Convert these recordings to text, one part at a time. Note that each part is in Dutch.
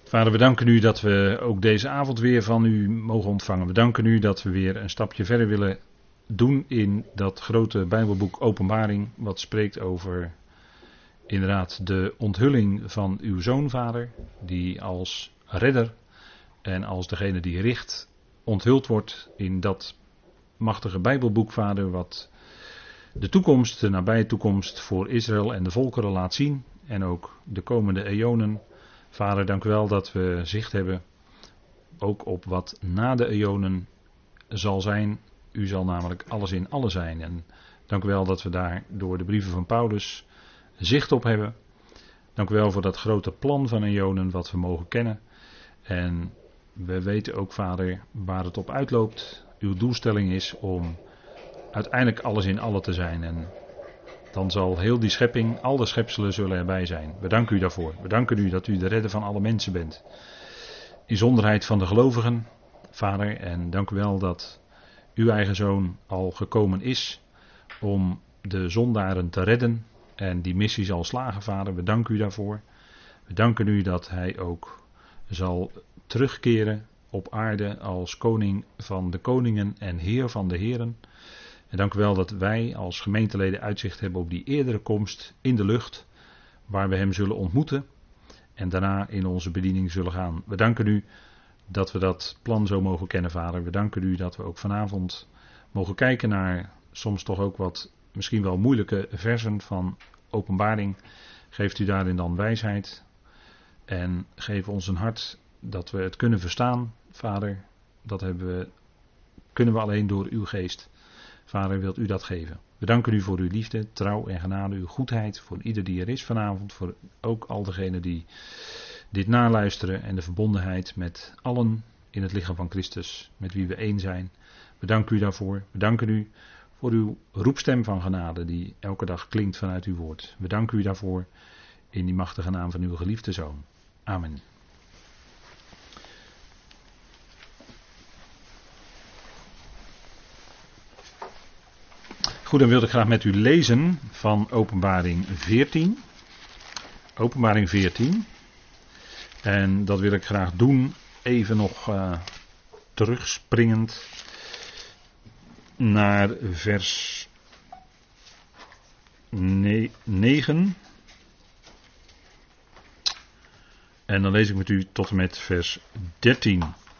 Vader, we danken u dat we ook deze avond weer van u mogen ontvangen. We danken u dat we weer een stapje verder willen doen in dat grote Bijbelboek Openbaring, wat spreekt over inderdaad de onthulling van uw Zoon, Vader, die als redder en als degene die richt onthuld wordt in dat machtige Bijbelboek, Vader, wat de toekomst, de nabije toekomst voor Israël en de volkeren laat zien en ook de komende eonen. Vader, dank u wel dat we zicht hebben ook op wat na de eonen zal zijn. U zal namelijk alles in alle zijn. En dank u wel dat we daar door de brieven van Paulus zicht op hebben. Dank u wel voor dat grote plan van eonen wat we mogen kennen. En we weten ook, Vader, waar het op uitloopt. Uw doelstelling is om uiteindelijk alles in alle te zijn. En dan zal heel die schepping, al de schepselen zullen erbij zijn. We danken u daarvoor. We danken u dat u de redder van alle mensen bent. Inzonderheid van de gelovigen, Vader. En dank u wel dat uw eigen Zoon al gekomen is om de zondaren te redden. En die missie zal slagen, Vader. We danken u daarvoor. We danken u dat hij ook zal terugkeren op aarde als koning van de koningen en heer van de heren. En dank u wel dat wij als gemeenteleden uitzicht hebben op die eerdere komst in de lucht, waar we hem zullen ontmoeten en daarna in onze bediening zullen gaan. We danken u dat we dat plan zo mogen kennen, Vader. We danken u dat we ook vanavond mogen kijken naar soms toch ook wat misschien wel moeilijke versen van Openbaring. Geeft u daarin dan wijsheid en geef ons een hart dat we het kunnen verstaan, Vader. Dat kunnen we alleen door uw geest. Vader, wilt u dat geven? We danken u voor uw liefde, trouw en genade, uw goedheid voor ieder die er is vanavond, voor ook al degenen die dit naluisteren en de verbondenheid met allen in het lichaam van Christus, met wie we één zijn. We danken u daarvoor. We danken u voor uw roepstem van genade die elke dag klinkt vanuit uw woord. We danken u daarvoor in die machtige naam van uw geliefde Zoon. Amen. Goed, dan wil ik graag met u lezen van Openbaring 14. Openbaring 14. En dat wil ik graag doen, even nog terugspringend naar vers 9. En dan lees ik met u tot en met vers 13.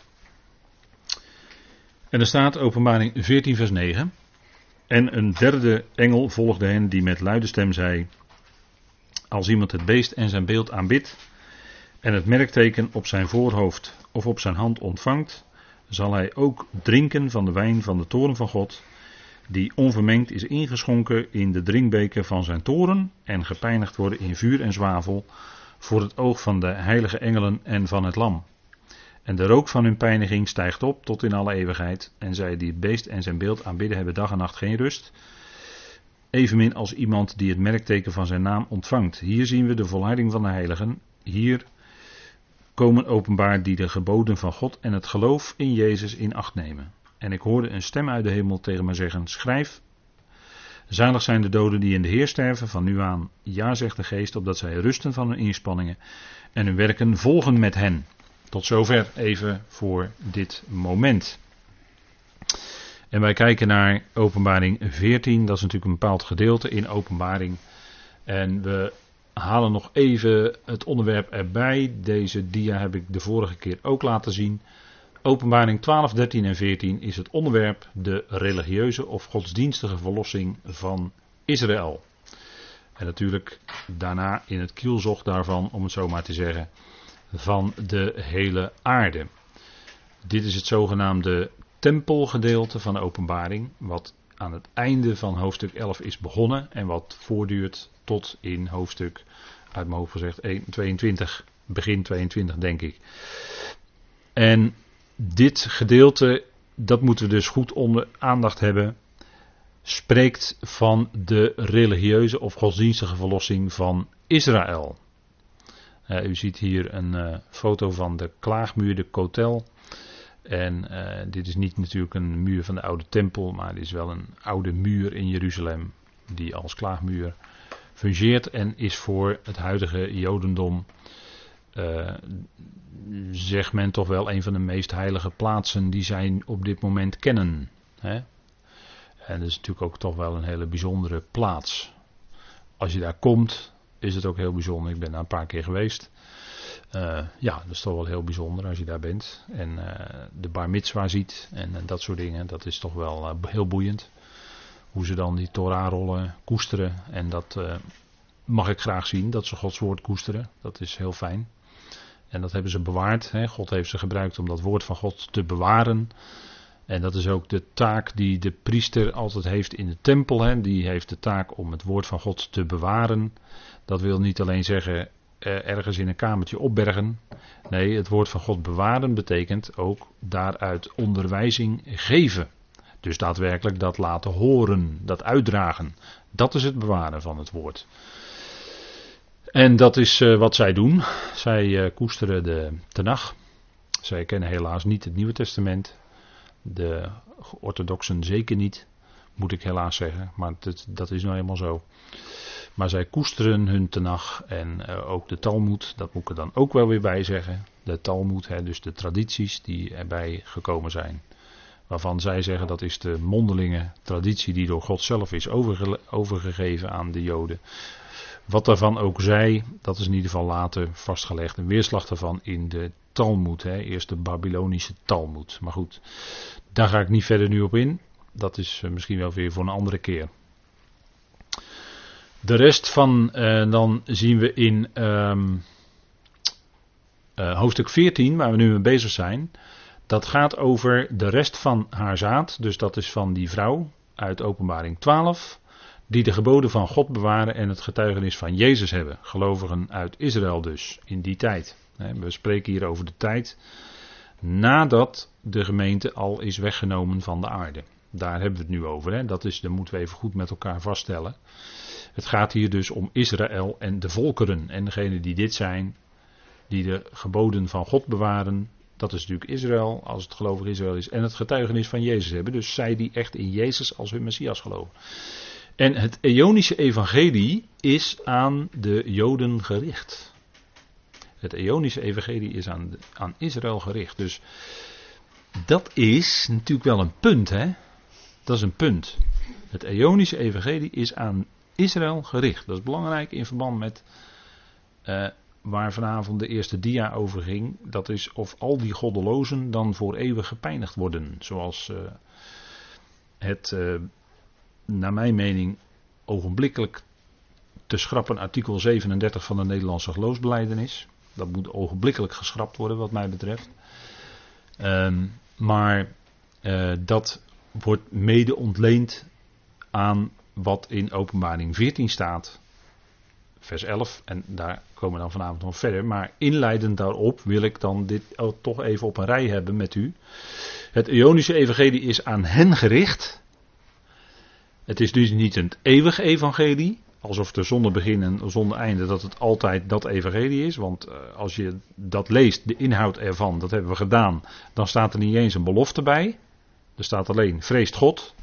En er staat Openbaring 14 vers 9. En een derde engel volgde hen die met luide stem zei: als iemand het beest en zijn beeld aanbidt en het merkteken op zijn voorhoofd of op zijn hand ontvangt, zal hij ook drinken van de wijn van de toorn van God, die onvermengd is ingeschonken in de drinkbeker van zijn toorn en gepijnigd worden in vuur en zwavel voor het oog van de heilige engelen en van het lam. En de rook van hun pijniging stijgt op tot in alle eeuwigheid. En zij die het beest en zijn beeld aanbidden hebben dag en nacht geen rust. Evenmin als iemand die het merkteken van zijn naam ontvangt. Hier zien we de volharding van de heiligen. Hier komen openbaar die de geboden van God en het geloof in Jezus in acht nemen. En ik hoorde een stem uit de hemel tegen mij zeggen: schrijf, zalig zijn de doden die in de Heer sterven van nu aan. Ja, zegt de geest, opdat zij rusten van hun inspanningen en hun werken volgen met hen. Tot zover even voor dit moment. En wij kijken naar Openbaring 14, dat is natuurlijk een bepaald gedeelte in Openbaring. En we halen nog even het onderwerp erbij. Deze dia heb ik de vorige keer ook laten zien. Openbaring 12, 13 en 14 is het onderwerp de religieuze of godsdienstige verlossing van Israël. En natuurlijk daarna in het kielzog daarvan, om het zo maar te zeggen, van de hele aarde. Dit is het zogenaamde tempelgedeelte van de Openbaring, wat aan het einde van hoofdstuk 11 is begonnen en wat voortduurt tot in hoofdstuk, uit mijn hoofd gezegd, 22, begin 22 denk ik. En dit gedeelte, dat moeten we dus goed onder aandacht hebben, spreekt van de religieuze of godsdienstige verlossing van Israël. U ziet hier een foto van de klaagmuur, de Kotel. En dit is niet natuurlijk een muur van de oude tempel, maar dit is wel een oude muur in Jeruzalem die als klaagmuur fungeert en is voor het huidige Jodendom zegt men toch wel een van de meest heilige plaatsen die zij op dit moment kennen. Hè? En dat is natuurlijk ook toch wel een hele bijzondere plaats. Als je daar komt, is het ook heel bijzonder. Ik ben daar een paar keer geweest. Ja, dat is toch wel heel bijzonder als je daar bent. En de bar mitzwa ziet en dat soort dingen. Dat is toch wel heel boeiend. Hoe ze dan die Torah-rollen koesteren. En dat mag ik graag zien, dat ze Gods woord koesteren. Dat is heel fijn. En dat hebben ze bewaard. Hè. God heeft ze gebruikt om dat woord van God te bewaren. En dat is ook de taak die de priester altijd heeft in de tempel. Hè. Die heeft de taak om het woord van God te bewaren. Dat wil niet alleen zeggen ergens in een kamertje opbergen. Nee, het woord van God bewaren betekent ook daaruit onderwijzing geven. Dus daadwerkelijk dat laten horen, dat uitdragen. Dat is het bewaren van het woord. En dat is wat zij doen. Zij koesteren de Tenach. Zij kennen helaas niet het Nieuwe Testament. De orthodoxen zeker niet, moet ik helaas zeggen. Maar dat is nou eenmaal zo. Maar zij koesteren hun Tenach en ook de Talmud, dat moet ik er dan ook wel weer bij zeggen. De Talmud, dus de tradities die erbij gekomen zijn. Waarvan zij zeggen dat is de mondelinge traditie die door God zelf is overgegeven aan de Joden. Wat daarvan ook zij, dat is in ieder geval later vastgelegd. Een weerslag daarvan in de Talmud. Eerst de Babylonische Talmud. Maar goed, daar ga ik niet verder nu op in. Dat is misschien wel weer voor een andere keer. De rest van, dan zien we in hoofdstuk 14, waar we nu mee bezig zijn. Dat gaat over de rest van haar zaad. Dus dat is van die vrouw uit Openbaring 12. Die de geboden van God bewaren en het getuigenis van Jezus hebben. Gelovigen uit Israël dus, in die tijd. We spreken hier over de tijd nadat de gemeente al is weggenomen van de aarde. Daar hebben we het nu over. Dat moeten we even goed met elkaar vaststellen. Het gaat hier dus om Israël en de volkeren. En degenen die dit zijn, die de geboden van God bewaren. Dat is natuurlijk Israël, als het gelovig Israël is. En het getuigenis van Jezus hebben. Dus zij die echt in Jezus als hun Messias geloven. En het Ionische evangelie is aan de Joden gericht. Het Ionische evangelie is aan Israël gericht. Dus dat is natuurlijk wel een punt, hè. Dat is een punt. Het Ionische evangelie is aan Israël gericht. Dat is belangrijk in verband met waar vanavond de eerste dia over ging. Dat is of al die goddelozen dan voor eeuwig gepijnigd worden. Zoals het naar mijn mening ogenblikkelijk te schrappen artikel 37 van de Nederlandse geloofsbelijdenis. Dat moet ogenblikkelijk geschrapt worden wat mij betreft. Maar dat wordt mede ontleend aan wat in Openbaring 14 staat. Vers 11. En daar komen we dan vanavond nog verder. Maar inleidend daarop wil ik dan dit toch even op een rij hebben met u. Het Ionische evangelie is aan hen gericht. Het is dus niet een eeuwig evangelie. Alsof er zonder begin en zonder einde dat het altijd dat evangelie is. Want als je dat leest, de inhoud ervan, dat hebben we gedaan. Dan staat er niet eens een belofte bij. Er staat alleen vreest God.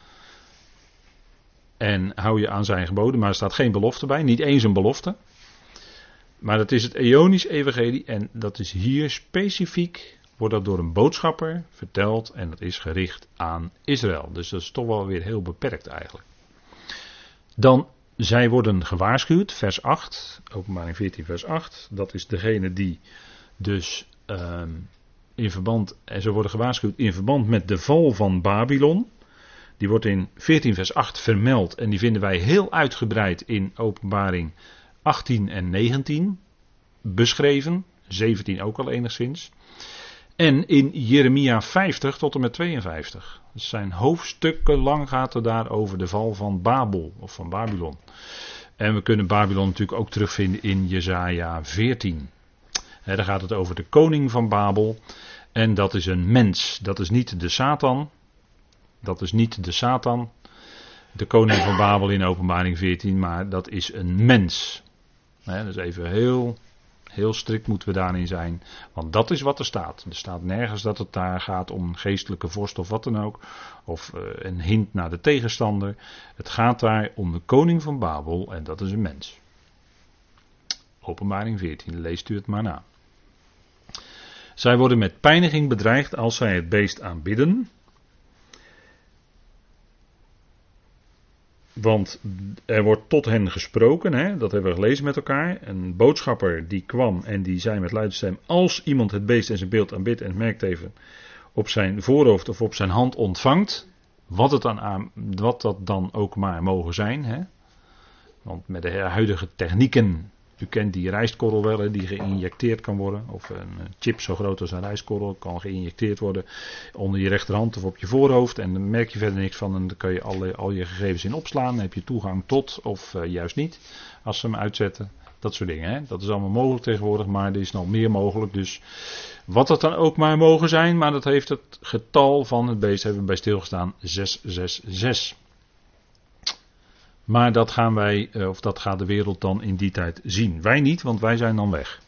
En hou je aan zijn geboden. Maar er staat geen belofte bij. Niet eens een belofte. Maar dat is het Ionisch evangelie. En dat is hier specifiek. Wordt dat door een boodschapper verteld. En dat is gericht aan Israël. Dus dat is toch wel weer heel beperkt eigenlijk. Dan, zij worden gewaarschuwd. Vers 8. Openbaring 14 vers 8. Dat is degene die dus in verband. En ze worden gewaarschuwd in verband met de val van Babylon. Die wordt in 14 vers 8 vermeld. En die vinden wij heel uitgebreid in Openbaring 18 en 19 beschreven. 17 ook al enigszins. En in Jeremia 50 tot en met 52. Dat zijn hoofdstukken lang gaat het daar over de val van Babel of van Babylon. En we kunnen Babylon natuurlijk ook terugvinden in Jesaja 14. Daar gaat het over de koning van Babel. En dat is een mens. Dat is niet de Satan. Dat is niet de Satan. De koning van Babel in Openbaring 14. Maar dat is een mens. Dus even heel strikt moeten we daarin zijn. Want dat is wat er staat. Er staat nergens dat het daar gaat om een geestelijke vorst of wat dan ook. Of een hint naar de tegenstander. Het gaat daar om de koning van Babel en dat is een mens. Openbaring 14, leest u het maar na. Zij worden met pijniging bedreigd als zij het beest aanbidden. Want er wordt tot hen gesproken, hè? Dat hebben we gelezen met elkaar. Een boodschapper die kwam en die zei met luide stem: als iemand het beest en zijn beeld aanbidt en het merkteken op zijn voorhoofd of op zijn hand ontvangt, wat dat dan ook maar mogen zijn. Hè? Want met de huidige technieken, u kent die rijstkorrel wel, hè, die geïnjecteerd kan worden. Of een chip zo groot als een rijstkorrel kan geïnjecteerd worden onder je rechterhand of op je voorhoofd. En dan merk je verder niks van en dan kun je al je gegevens in opslaan. Dan heb je toegang tot of juist niet als ze hem uitzetten. Dat soort dingen. Hè. Dat is allemaal mogelijk tegenwoordig, maar er is nog meer mogelijk. Dus wat dat dan ook maar mogen zijn, maar dat heeft het getal van het beest, hebben we bij stilgestaan, 666. Maar dat gaan wij, of dat gaat de wereld dan in die tijd zien. Wij niet, want wij zijn dan weg.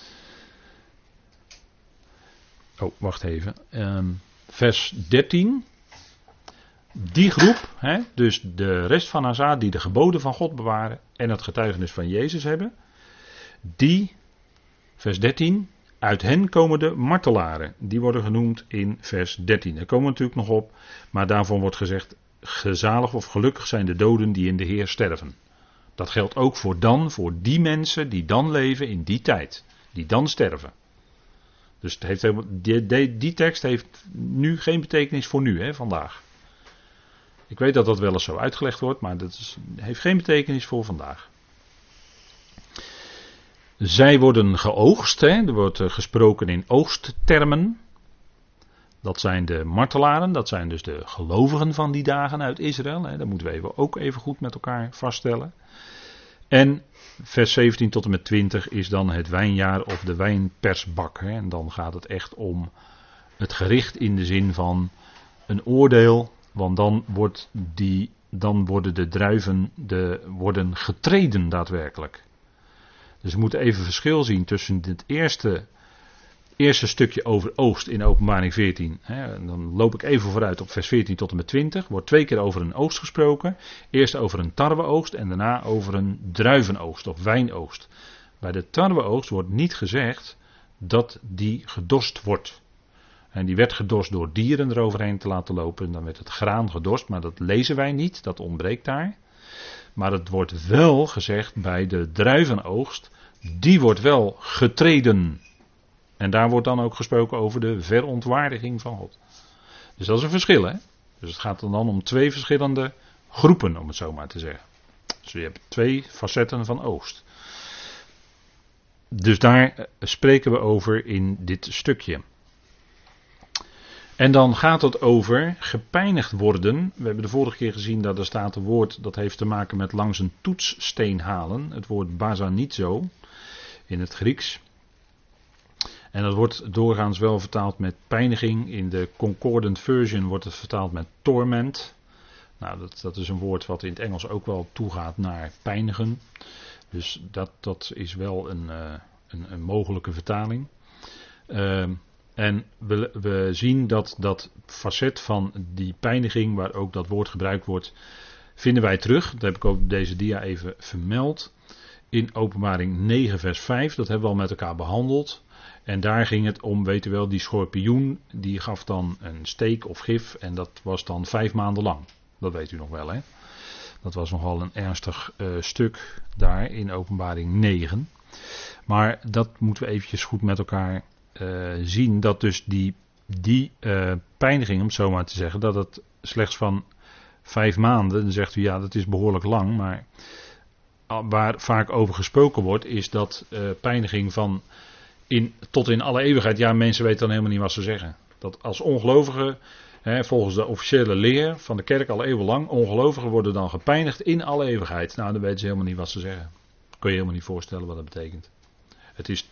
Oh, wacht even. Vers 13. Die groep, hè, dus de rest van Haza die de geboden van God bewaren en het getuigenis van Jezus hebben. Die, vers 13, uit hen komen de martelaren. Die worden genoemd in vers 13. Daar komen we natuurlijk nog op, maar daarvan wordt gezegd: gezalig of gelukkig zijn de doden die in de Heer sterven. Dat geldt ook voor die mensen die dan leven in die tijd. Die dan sterven. Dus het heeft die tekst heeft nu geen betekenis voor nu, hè, vandaag. Ik weet dat dat wel eens zo uitgelegd wordt, maar dat heeft geen betekenis voor vandaag. Zij worden geoogst, hè, er wordt gesproken in oogsttermen. Dat zijn de martelaren, dat zijn dus de gelovigen van die dagen uit Israël. Hè, dat moeten we ook even goed met elkaar vaststellen. En vers 17 tot en met 20 is dan het wijnjaar of de wijnpersbak. Hè, en dan gaat het echt om het gericht in de zin van een oordeel. Want dan worden de druiven worden getreden daadwerkelijk. Dus we moeten even verschil zien tussen het eerste stukje over oogst in Openbaring 14. Hè, dan loop ik even vooruit op vers 14 tot en met 20. Wordt 2 keer over een oogst gesproken. Eerst over een tarweoogst en daarna over een druivenoogst of wijnoogst. Bij de tarweoogst wordt niet gezegd dat die gedorst wordt. En die werd gedorst door dieren eroverheen te laten lopen. Dan werd het graan gedorst, maar dat lezen wij niet. Dat ontbreekt daar. Maar het wordt wel gezegd bij de druivenoogst. Die wordt wel getreden. En daar wordt dan ook gesproken over de verontwaardiging van God. Dus dat is een verschil, hè. Dus het gaat dan om 2 verschillende groepen, om het zo maar te zeggen. Dus je hebt 2 facetten van oogst. Dus daar spreken we over in dit stukje. En dan gaat het over gepijnigd worden. We hebben de vorige keer gezien dat er staat een woord dat heeft te maken met langs een toetssteen halen. Het woord basanizo in het Grieks. En dat wordt doorgaans wel vertaald met pijniging. In de Concordant Version wordt het vertaald met torment. Nou, dat is een woord wat in het Engels ook wel toegaat naar pijnigen. Dus dat is wel een mogelijke vertaling. En we zien dat facet van die pijniging, waar ook dat woord gebruikt wordt, vinden wij terug. Dat heb ik ook op deze dia even vermeld. In Openbaring 9 vers 5, dat hebben we al met elkaar behandeld. En daar ging het om, weet u wel, die schorpioen, die gaf dan een steek of gif en dat was dan 5 maanden lang. Dat weet u nog wel, hè. Dat was nogal een ernstig stuk daar in Openbaring 9. Maar dat moeten we eventjes goed met elkaar zien, dat dus die pijniging, om het zo maar te zeggen, dat het slechts van 5 maanden, dan zegt u ja, dat is behoorlijk lang, maar waar vaak over gesproken wordt, is dat pijniging van tot in alle eeuwigheid. Ja, mensen weten dan helemaal niet wat ze zeggen. Dat als ongelovigen, volgens de officiële leer van de kerk al eeuwenlang, ongelovigen worden dan gepijnigd in alle eeuwigheid. Nou, dan weten ze helemaal niet wat ze zeggen. Kun je helemaal niet voorstellen wat dat betekent. Het is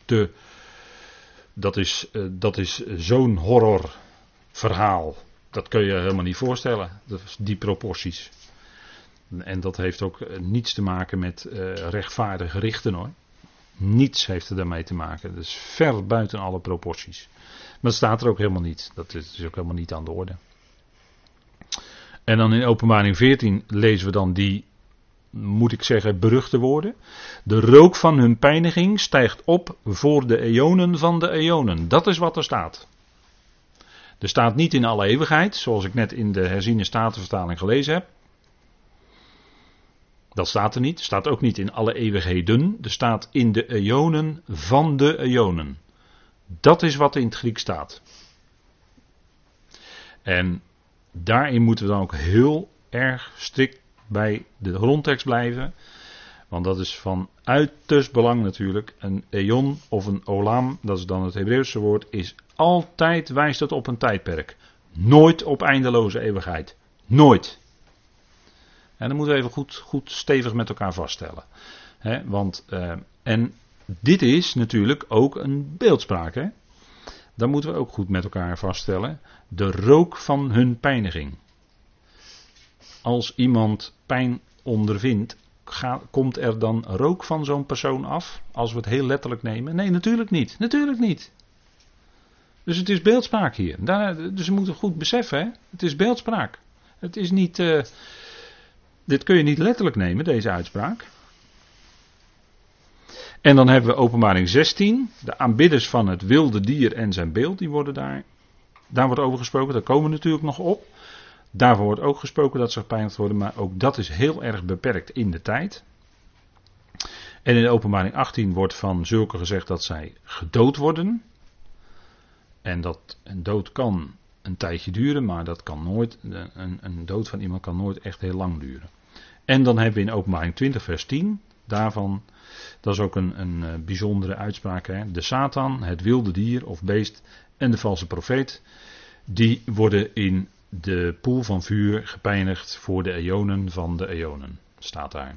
dat is zo'n horrorverhaal. Dat kun je helemaal niet voorstellen. Die proporties. En dat heeft ook niets te maken met rechtvaardige richten, hoor. Niets heeft er daarmee te maken. Dat is ver buiten alle proporties. Maar dat staat er ook helemaal niet. Dat is ook helemaal niet aan de orde. En dan in Openbaring 14 lezen we dan moet ik zeggen, beruchte woorden. De rook van hun pijniging stijgt op voor de eonen van de eonen. Dat is wat er staat. Er staat niet in alle eeuwigheid, zoals ik net in de herziene statenvertaling gelezen heb. Dat staat er niet. Er staat ook niet in alle eeuwigheden. Er staat in de eonen van de eonen. Dat is wat in het Grieks staat. En daarin moeten we dan ook heel erg strikt bij de grondtekst blijven. Want dat is van uiterst belang natuurlijk. Een eon of een olam, dat is dan het Hebreeuwse woord, is altijd, wijst het op een tijdperk. Nooit op eindeloze eeuwigheid. Nooit. En dan moeten we even goed stevig met elkaar vaststellen. En dit is natuurlijk ook een beeldspraak. Hè? Dan moeten we ook goed met elkaar vaststellen. De rook van hun pijniging. Als iemand pijn ondervindt, komt er dan rook van zo'n persoon af? Als we het heel letterlijk nemen? Nee, natuurlijk niet. Natuurlijk niet. Dus het is beeldspraak hier. Dus we moeten goed beseffen, hè? Het is beeldspraak. Het is niet... dit kun je niet letterlijk nemen, deze uitspraak. En dan hebben we Openbaring 16. De aanbidders van het wilde dier en zijn beeld, die worden daar wordt over gesproken. Daar komen we natuurlijk nog op. Daarvoor wordt ook gesproken dat ze gepijnigd worden, maar ook dat is heel erg beperkt in de tijd. En in de Openbaring 18 wordt van zulke gezegd dat zij gedood worden. En dat een dood kan een tijdje duren, maar dat kan nooit, een dood van iemand kan nooit echt heel lang duren. En dan hebben we in Openbaring 20 vers 10, daarvan, dat is ook een bijzondere uitspraak. Hè? De Satan, het wilde dier of beest en de valse profeet, die worden in de poel van vuur gepijnigd voor de eonen van de eonen. Staat daar.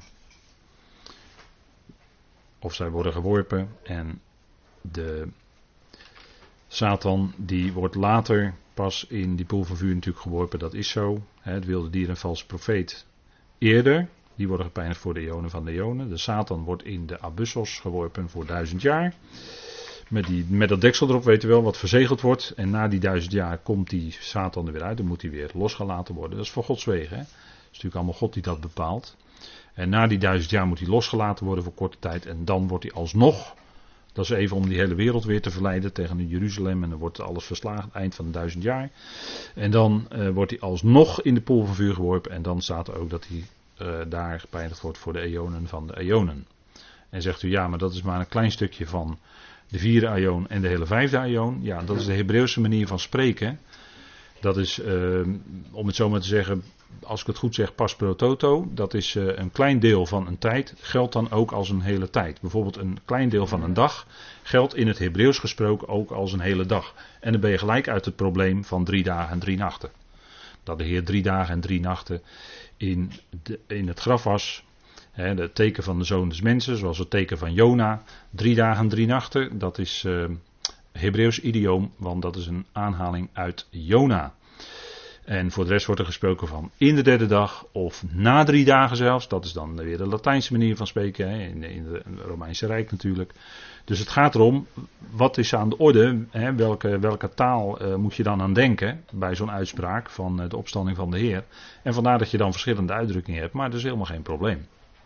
Of zij worden geworpen en de Satan die wordt later pas in die poel van vuur natuurlijk geworpen. Dat is zo. Het wilde dier en valse profeet eerder. Die worden gepijnigd voor de eonen van de eonen. De Satan wordt in de abyssos geworpen voor 1000 jaar. Met dat deksel erop, weet je wel, wat verzegeld wordt. En na die 1000 jaar komt die Satan er weer uit. Dan moet hij weer losgelaten worden. Dat is voor Gods wegen. Het is natuurlijk allemaal God die dat bepaalt. En na die 1000 jaar moet hij losgelaten worden voor korte tijd. En dan wordt hij alsnog, dat is even om die hele wereld weer te verleiden tegen Jeruzalem. En dan wordt alles verslagen, het eind van de 1000 jaar. En dan wordt hij alsnog in de poel van vuur geworpen. En dan staat er ook dat hij daar gepijnigd wordt voor de eonen van de eonen. En zegt u, ja, maar dat is maar een klein stukje van de 4e aion en de hele 5e aion. Ja, dat is de Hebreeuwse manier van spreken. Dat is, om het zo maar te zeggen, als ik het goed zeg, pas pro toto. Dat is een klein deel van een tijd, geldt dan ook als een hele tijd. Bijvoorbeeld een klein deel van een dag geldt in het Hebreeuws gesproken ook als een hele dag. En dan ben je gelijk uit het probleem van 3 dagen en 3 nachten. Dat de Heer 3 dagen en 3 nachten in het graf was. Het teken van de Zoon des Mensen, zoals het teken van Jona. 3 dagen en 3 nachten, dat is Hebreeuws idioom, want dat is een aanhaling uit Jona. En voor de rest wordt er gesproken van in de 3e dag of na 3 dagen zelfs. Dat is dan weer de Latijnse manier van spreken, in het Romeinse Rijk natuurlijk. Dus het gaat erom, wat is aan de orde, welke taal moet je dan aan denken bij zo'n uitspraak van de opstanding van de Heer. En vandaar dat je dan verschillende uitdrukkingen hebt, maar dat is helemaal geen probleem.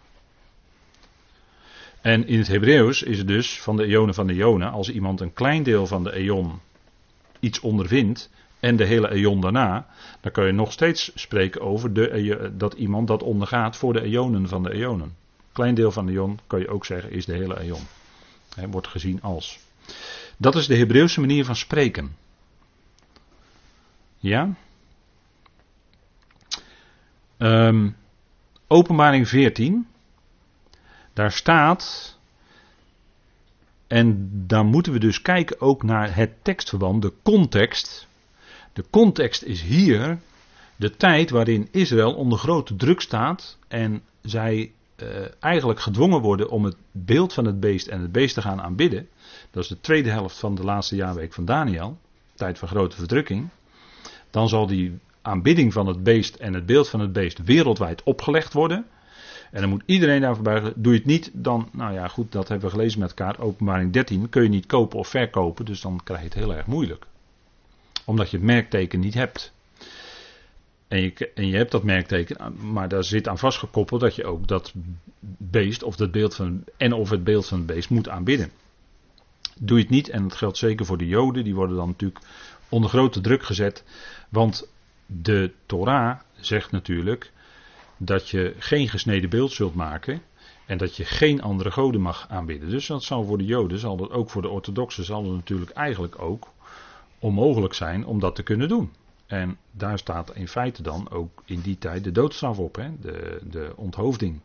En in het Hebreeuws is het dus van de eonen van de eonen, als iemand een klein deel van de eon iets ondervindt en de hele eon daarna, dan kun je nog steeds spreken over dat iemand dat ondergaat voor de eonen van de eonen. Klein deel van de eon, kan je ook zeggen, is de hele eon. Wordt gezien als. Dat is de Hebreeuwse manier van spreken. Ja? Openbaring 14. Daar staat, en dan moeten we dus kijken ook naar het tekstverband, de context. De context is hier de tijd waarin Israël onder grote druk staat en zij eigenlijk gedwongen worden om het beeld van het beest en het beest te gaan aanbidden. Dat is de tweede helft van de laatste jaarweek van Daniël, tijd van grote verdrukking. Dan zal die aanbidding van het beest en het beeld van het beest wereldwijd opgelegd worden. En dan moet iedereen daarvoor buigen. Doe je het niet, dan, nou ja goed, dat hebben we gelezen met elkaar. Openbaring 13, kun je niet kopen of verkopen, dus dan krijg je het heel erg moeilijk. Omdat je het merkteken niet hebt. En je hebt dat merkteken, maar daar zit aan vastgekoppeld dat je ook dat beest of het beeld van het beest moet aanbidden. Doe je het niet, en dat geldt zeker voor de Joden, die worden dan natuurlijk onder grote druk gezet. Want de Torah zegt natuurlijk dat je geen gesneden beeld zult maken en dat je geen andere goden mag aanbidden. Dus dat zal voor de Joden, zal dat ook voor de orthodoxen, zal het natuurlijk eigenlijk ook onmogelijk zijn om dat te kunnen doen. En daar staat in feite dan ook in die tijd de doodstraf op, hè? De onthoofding.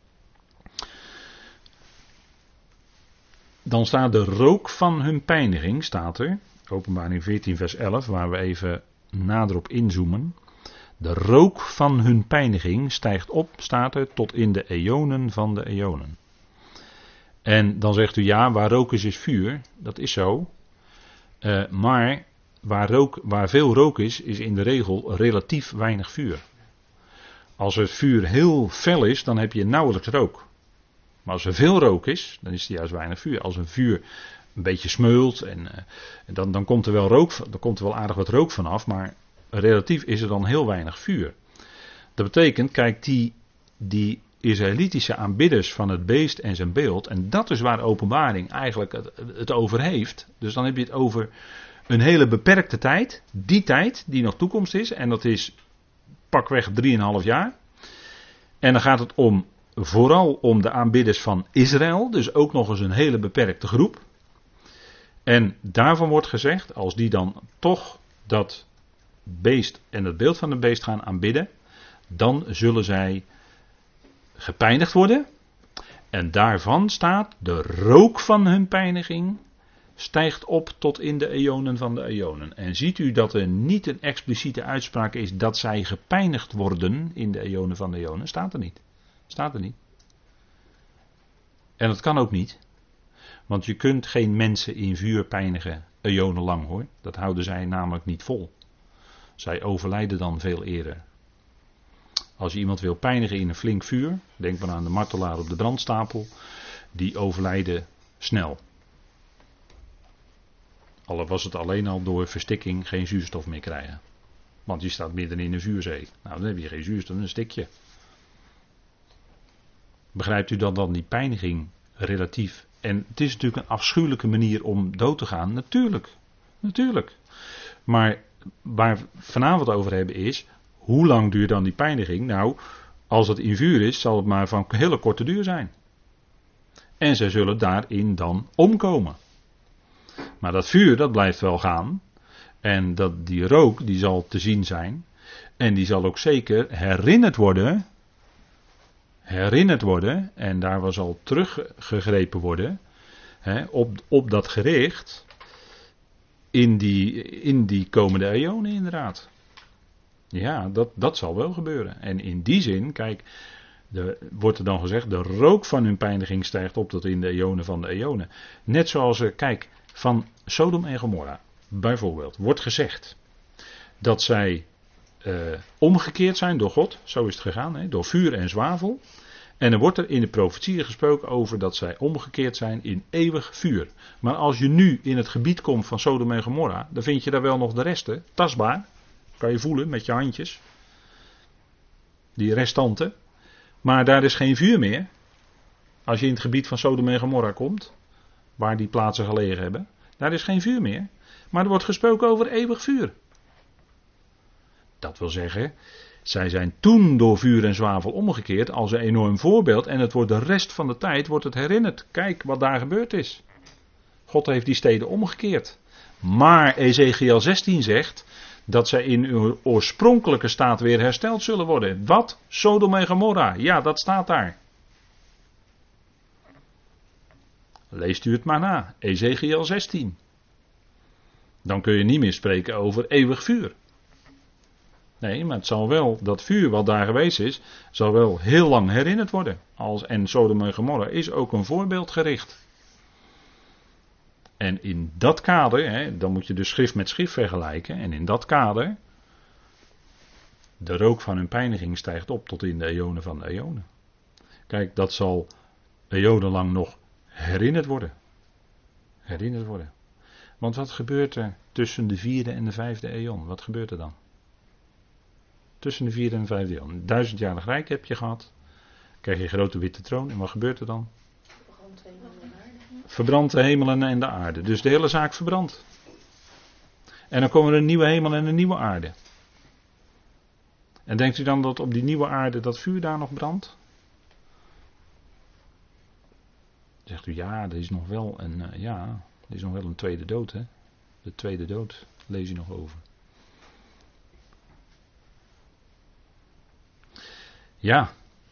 Dan staat de rook van hun pijniging, staat er, Openbaring 14 vers 11, waar we even nader op inzoomen. De rook van hun pijniging stijgt op, staat er, tot in de eonen van de eonen. En dan zegt u ja, waar rook is vuur, dat is zo. Maar waar veel rook is in de regel relatief weinig vuur. Als het vuur heel fel is, dan heb je nauwelijks rook. Maar als er veel rook is, dan is er juist weinig vuur. Als een vuur een beetje smeult, dan komt er wel rook, dan komt er wel aardig wat rook vanaf, maar relatief is er dan heel weinig vuur. Dat betekent, kijk, die Israëlitische aanbidders van het beest en zijn beeld, en dat is waar Openbaring eigenlijk het over heeft. Dus dan heb je het over een hele beperkte tijd, die tijd die nog toekomst is, en dat is pakweg 3,5 jaar. En dan gaat het vooral om de aanbidders van Israël, dus ook nog eens een hele beperkte groep. En daarvan wordt gezegd, als die dan toch dat beest en het beeld van het beest gaan aanbidden, dan zullen zij gepijnigd worden. En daarvan staat, de rook van hun pijniging stijgt op tot in de eonen van de eonen. En ziet u dat er niet een expliciete uitspraak is dat zij gepijnigd worden in de eonen van de eonen? Staat er niet. Staat er niet. En dat kan ook niet. Want je kunt geen mensen in vuur pijnigen eonenlang hoor. Dat houden zij namelijk niet vol. Zij overlijden dan veel eerder. Als je iemand wil pijnigen in een flink vuur, denk maar aan de martelaar op de brandstapel, die overlijden snel. Al was het alleen al door verstikking geen zuurstof meer krijgen. Want je staat midden in een vuurzee. Nou, dan heb je geen zuurstof, een stikje. Begrijpt u dan die pijniging relatief? En het is natuurlijk een afschuwelijke manier om dood te gaan. Natuurlijk. Natuurlijk. Maar waar we vanavond over hebben is, hoe lang duurt dan die pijniging? Nou, als het in vuur is, zal het maar van hele korte duur zijn. En zij zullen daarin dan omkomen. Maar dat vuur, dat blijft wel gaan. En die rook, die zal te zien zijn. En die zal ook zeker herinnerd worden. En daar zal teruggegrepen worden. Op dat gericht. In die komende eonen inderdaad. Ja, dat zal wel gebeuren. En in die zin, kijk, wordt er dan gezegd, de rook van hun pijniging stijgt op tot in de eonen van de eonen. Net zoals, kijk, van Sodom en Gomorra, bijvoorbeeld, wordt gezegd dat zij omgekeerd zijn door God, zo is het gegaan, door vuur en zwavel. En er wordt er in de profetieën gesproken over dat zij omgekeerd zijn in eeuwig vuur. Maar als je nu in het gebied komt van Sodom en Gomorra, dan vind je daar wel nog de resten, tastbaar. Kan je voelen met je handjes. Die restanten. Maar daar is geen vuur meer. Als je in het gebied van Sodom en Gomorra komt, waar die plaatsen gelegen hebben, daar is geen vuur meer. Maar er wordt gesproken over eeuwig vuur. Dat wil zeggen, zij zijn toen door vuur en zwavel omgekeerd als een enorm voorbeeld. En het wordt de rest van de tijd wordt het herinnerd. Kijk wat daar gebeurd is. God heeft die steden omgekeerd. Maar Ezekiel 16 zegt dat zij in hun oorspronkelijke staat weer hersteld zullen worden. Wat? Sodom en Gomorra. Ja, dat staat daar. Leest u het maar na. Ezekiel 16. Dan kun je niet meer spreken over eeuwig vuur. Nee, maar het zal wel, dat vuur wat daar geweest is, zal wel heel lang herinnerd worden. En Sodom en Gomorra is ook een voorbeeld gericht. En in dat kader, dan moet je dus schrift met schrift vergelijken. En in dat kader, de rook van hun pijniging stijgt op tot in de eonen van de eonen. Kijk, dat zal eonenlang nog herinnerd worden. Herinnerd worden. Want wat gebeurt er tussen de 4e en de 5e eon? Wat gebeurt er dan? Tussen de 4e en de 5e eeuw. 1000-jarig rijk heb je gehad. Krijg je een grote witte troon. En wat gebeurt er dan? Verbrandt de hemelen en de aarde. Dus de hele zaak verbrandt. En dan komen er een nieuwe hemel en een nieuwe aarde. En denkt u dan dat op die nieuwe aarde dat vuur daar nog brandt? Zegt u ja, er is nog wel een tweede dood, hè? De tweede dood, lees je nog over. Ja.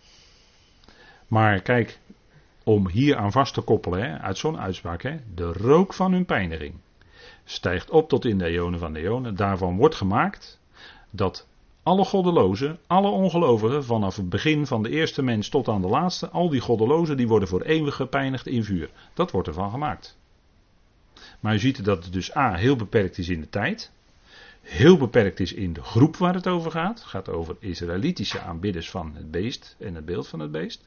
Maar kijk, om hier aan vast te koppelen, hè, uit zo'n uitspraak, hè, de rook van hun pijniging stijgt op tot in de eonen van de eonen. Daarvan wordt gemaakt dat alle goddelozen, alle ongelovigen, vanaf het begin van de eerste mens tot aan de laatste, al die goddelozen, die worden voor eeuwig gepijnigd in vuur. Dat wordt ervan gemaakt. Maar u ziet dat het dus heel beperkt is in de tijd. Heel beperkt is in de groep waar het over gaat. Het gaat over Israëlitische aanbidders van het beest en het beeld van het beest.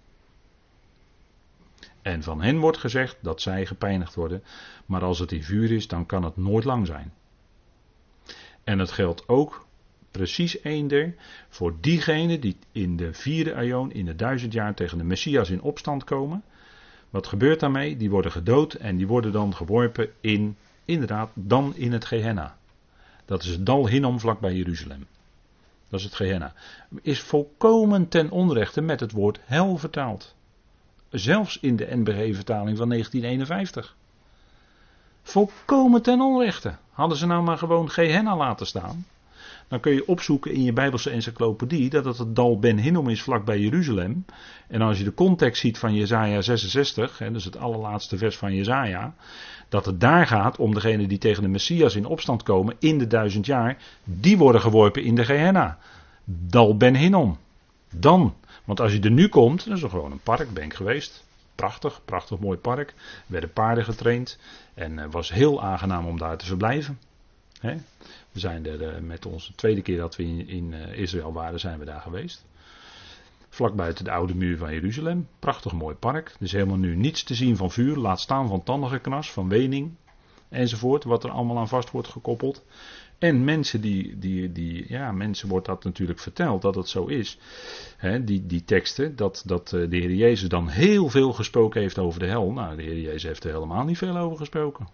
En van hen wordt gezegd dat zij gepijnigd worden. Maar als het in vuur is, dan kan het nooit lang zijn. En het geldt ook precies eender voor diegenen die in de 4e eeuw, in de 1000 jaar tegen de Messias in opstand komen. Wat gebeurt daarmee? Die worden gedood en die worden dan geworpen dan in het Gehenna. Dat is het dal Hinnom vlakbij Jeruzalem. Dat is het Gehenna. Is volkomen ten onrechte met het woord hel vertaald. Zelfs in de NBG-vertaling van 1951. Volkomen ten onrechte. Hadden ze nou maar gewoon Gehenna laten staan. Dan kun je opzoeken in je Bijbelse encyclopedie dat het dal Ben Hinnom is vlakbij Jeruzalem. En als je de context ziet van Jesaja 66, hè, dus het allerlaatste vers van Jesaja, dat het daar gaat om degenen die tegen de Messias in opstand komen in de 1000 jaar, die worden geworpen in de Gehenna. Dal Ben Hinnom. Dan, want als je er nu komt, dat is gewoon een park, ben ik geweest. Prachtig mooi park. Er werden paarden getraind en het was heel aangenaam om daar te verblijven. Hè? We zijn er met onze tweede keer dat we in Israël waren, zijn we daar geweest. Vlak buiten de oude muur van Jeruzalem. Prachtig mooi park. Er is helemaal nu niets te zien van vuur. Laat staan van tandengeknas, van wening enzovoort. Wat er allemaal aan vast wordt gekoppeld. En mensen mensen wordt dat natuurlijk verteld dat het zo is. Hè, die teksten, dat de Heer Jezus dan heel veel gesproken heeft over de hel. Nou, de Heer Jezus heeft er helemaal niet veel over gesproken.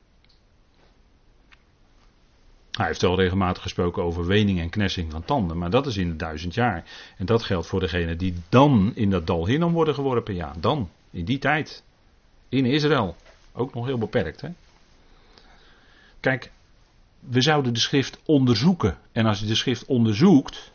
Hij heeft wel regelmatig gesproken over wening en knessing van tanden, maar dat is in de 1000 jaar. En dat geldt voor degenen die dan in dat dal Hinnom worden geworpen. Ja, dan, in die tijd. In Israël. Ook nog heel beperkt, hè. Kijk, we zouden de schrift onderzoeken. En als je de schrift onderzoekt,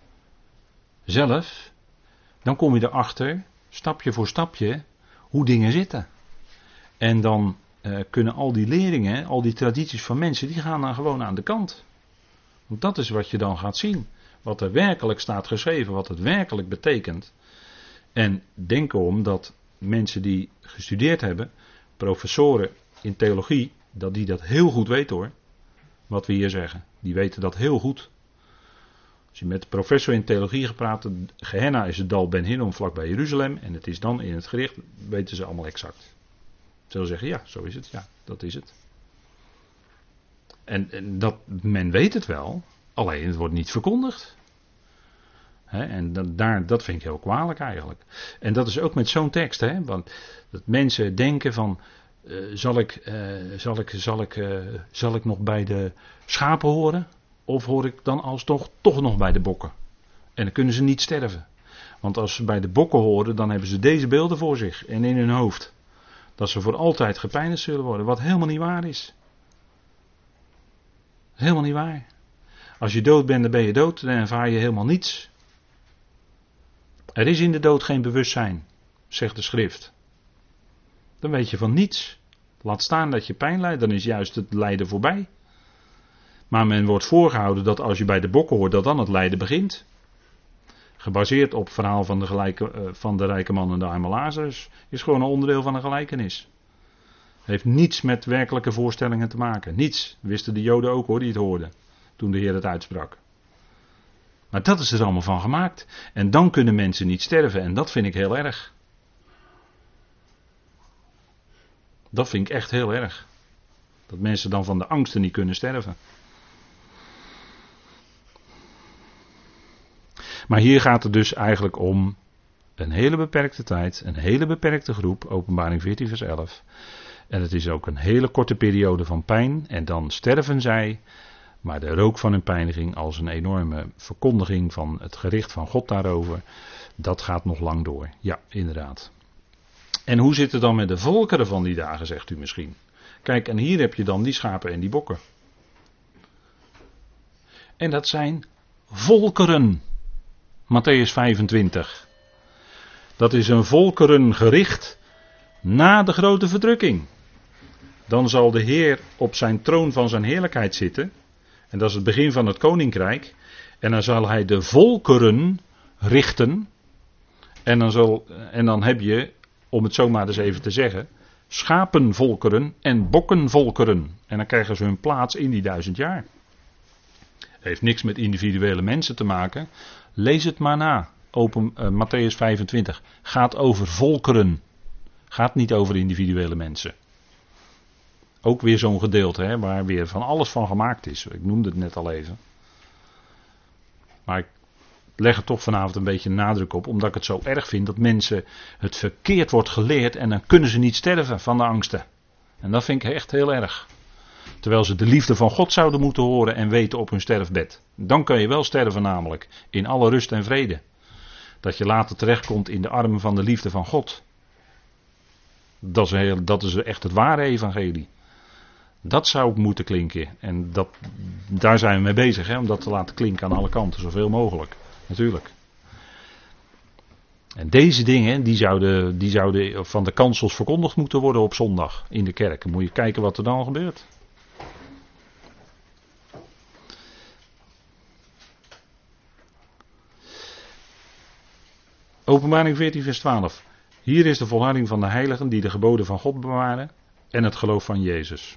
zelf, dan kom je erachter, stapje voor stapje, hoe dingen zitten. En dan kunnen al die leringen, al die tradities van mensen, die gaan dan gewoon aan de kant. Want dat is wat je dan gaat zien. Wat er werkelijk staat geschreven, wat het werkelijk betekent. En denk erom dat mensen die gestudeerd hebben, professoren in theologie, dat die dat heel goed weten hoor. Wat we hier zeggen. Die weten dat heel goed. Als je met de professor in theologie gepraat, Gehenna is het dal Ben Hinnom vlakbij Jeruzalem. En het is dan in het gericht, weten ze allemaal exact. Ze zullen zeggen, ja, zo is het. Ja, dat is het. En dat, men weet het wel, alleen het wordt niet verkondigd. En dat vind ik heel kwalijk eigenlijk. En dat is ook met zo'n tekst. Want dat mensen denken van, zal ik nog bij de schapen horen? Of hoor ik dan alsnog toch nog bij de bokken? En dan kunnen ze niet sterven. Want als ze bij de bokken horen, dan hebben ze deze beelden voor zich en in hun hoofd. Dat ze voor altijd gepijnigd zullen worden, wat helemaal niet waar is. Helemaal niet waar. Als je dood bent, dan ben je dood, dan ervaar je helemaal niets. Er is in de dood geen bewustzijn, zegt de schrift. Dan weet je van niets. Laat staan dat je pijn lijdt, dan is juist het lijden voorbij. Maar men wordt voorgehouden dat als je bij de bokken hoort, dat dan het lijden begint. Gebaseerd op het verhaal van de rijke man en de arme Lazarus. Is gewoon een onderdeel van een gelijkenis. Heeft niets met werkelijke voorstellingen te maken. Niets. Wisten de Joden ook hoor, die het hoorden. Toen de Heer het uitsprak. Maar dat is er allemaal van gemaakt. En dan kunnen mensen niet sterven. En dat vind ik heel erg. Dat vind ik echt heel erg. Dat mensen dan van de angsten niet kunnen sterven. Maar hier gaat het dus eigenlijk om een hele beperkte tijd, een hele beperkte groep, Openbaring 14 vers 11. En het is ook een hele korte periode van pijn en dan sterven zij. Maar de rook van hun pijniging als een enorme verkondiging van het gericht van God daarover, dat gaat nog lang door. Ja, inderdaad. En hoe zit het dan met de volkeren van die dagen, zegt u misschien. Kijk, en hier heb je dan die schapen en die bokken. En dat zijn volkeren. Mattheüs 25. Dat is een volkerengericht na de grote verdrukking. Dan zal de Heer op zijn troon van zijn heerlijkheid zitten. En dat is het begin van het koninkrijk. En dan zal hij de volkeren richten. En dan heb je, om het zomaar eens even te zeggen, schapenvolkeren en bokkenvolkeren. En dan krijgen ze hun plaats in die 1000 jaar. Heeft niks met individuele mensen te maken. Lees het maar na. Mattheüs 25. Gaat over volkeren. Gaat niet over individuele mensen. Ook weer zo'n gedeelte, hè, waar weer van alles van gemaakt is. Ik noemde het net al even. Maar ik leg er toch vanavond een beetje nadruk op, omdat ik het zo erg vind dat mensen het verkeerd wordt geleerd en dan kunnen ze niet sterven van de angsten. En dat vind ik echt heel erg. Terwijl ze de liefde van God zouden moeten horen en weten op hun sterfbed. Dan kun je wel sterven namelijk, in alle rust en vrede. Dat je later terechtkomt in de armen van de liefde van God. Dat is echt het ware evangelie. Dat zou ook moeten klinken. En daar zijn we mee bezig, hè, om dat te laten klinken aan alle kanten, zoveel mogelijk. Natuurlijk. En deze dingen, die zouden van de kansels verkondigd moeten worden op zondag in de kerk. Dan moet je kijken wat er dan gebeurt. Openbaring 14 vers 12. Hier is de volharding van de heiligen die de geboden van God bewaren en het geloof van Jezus.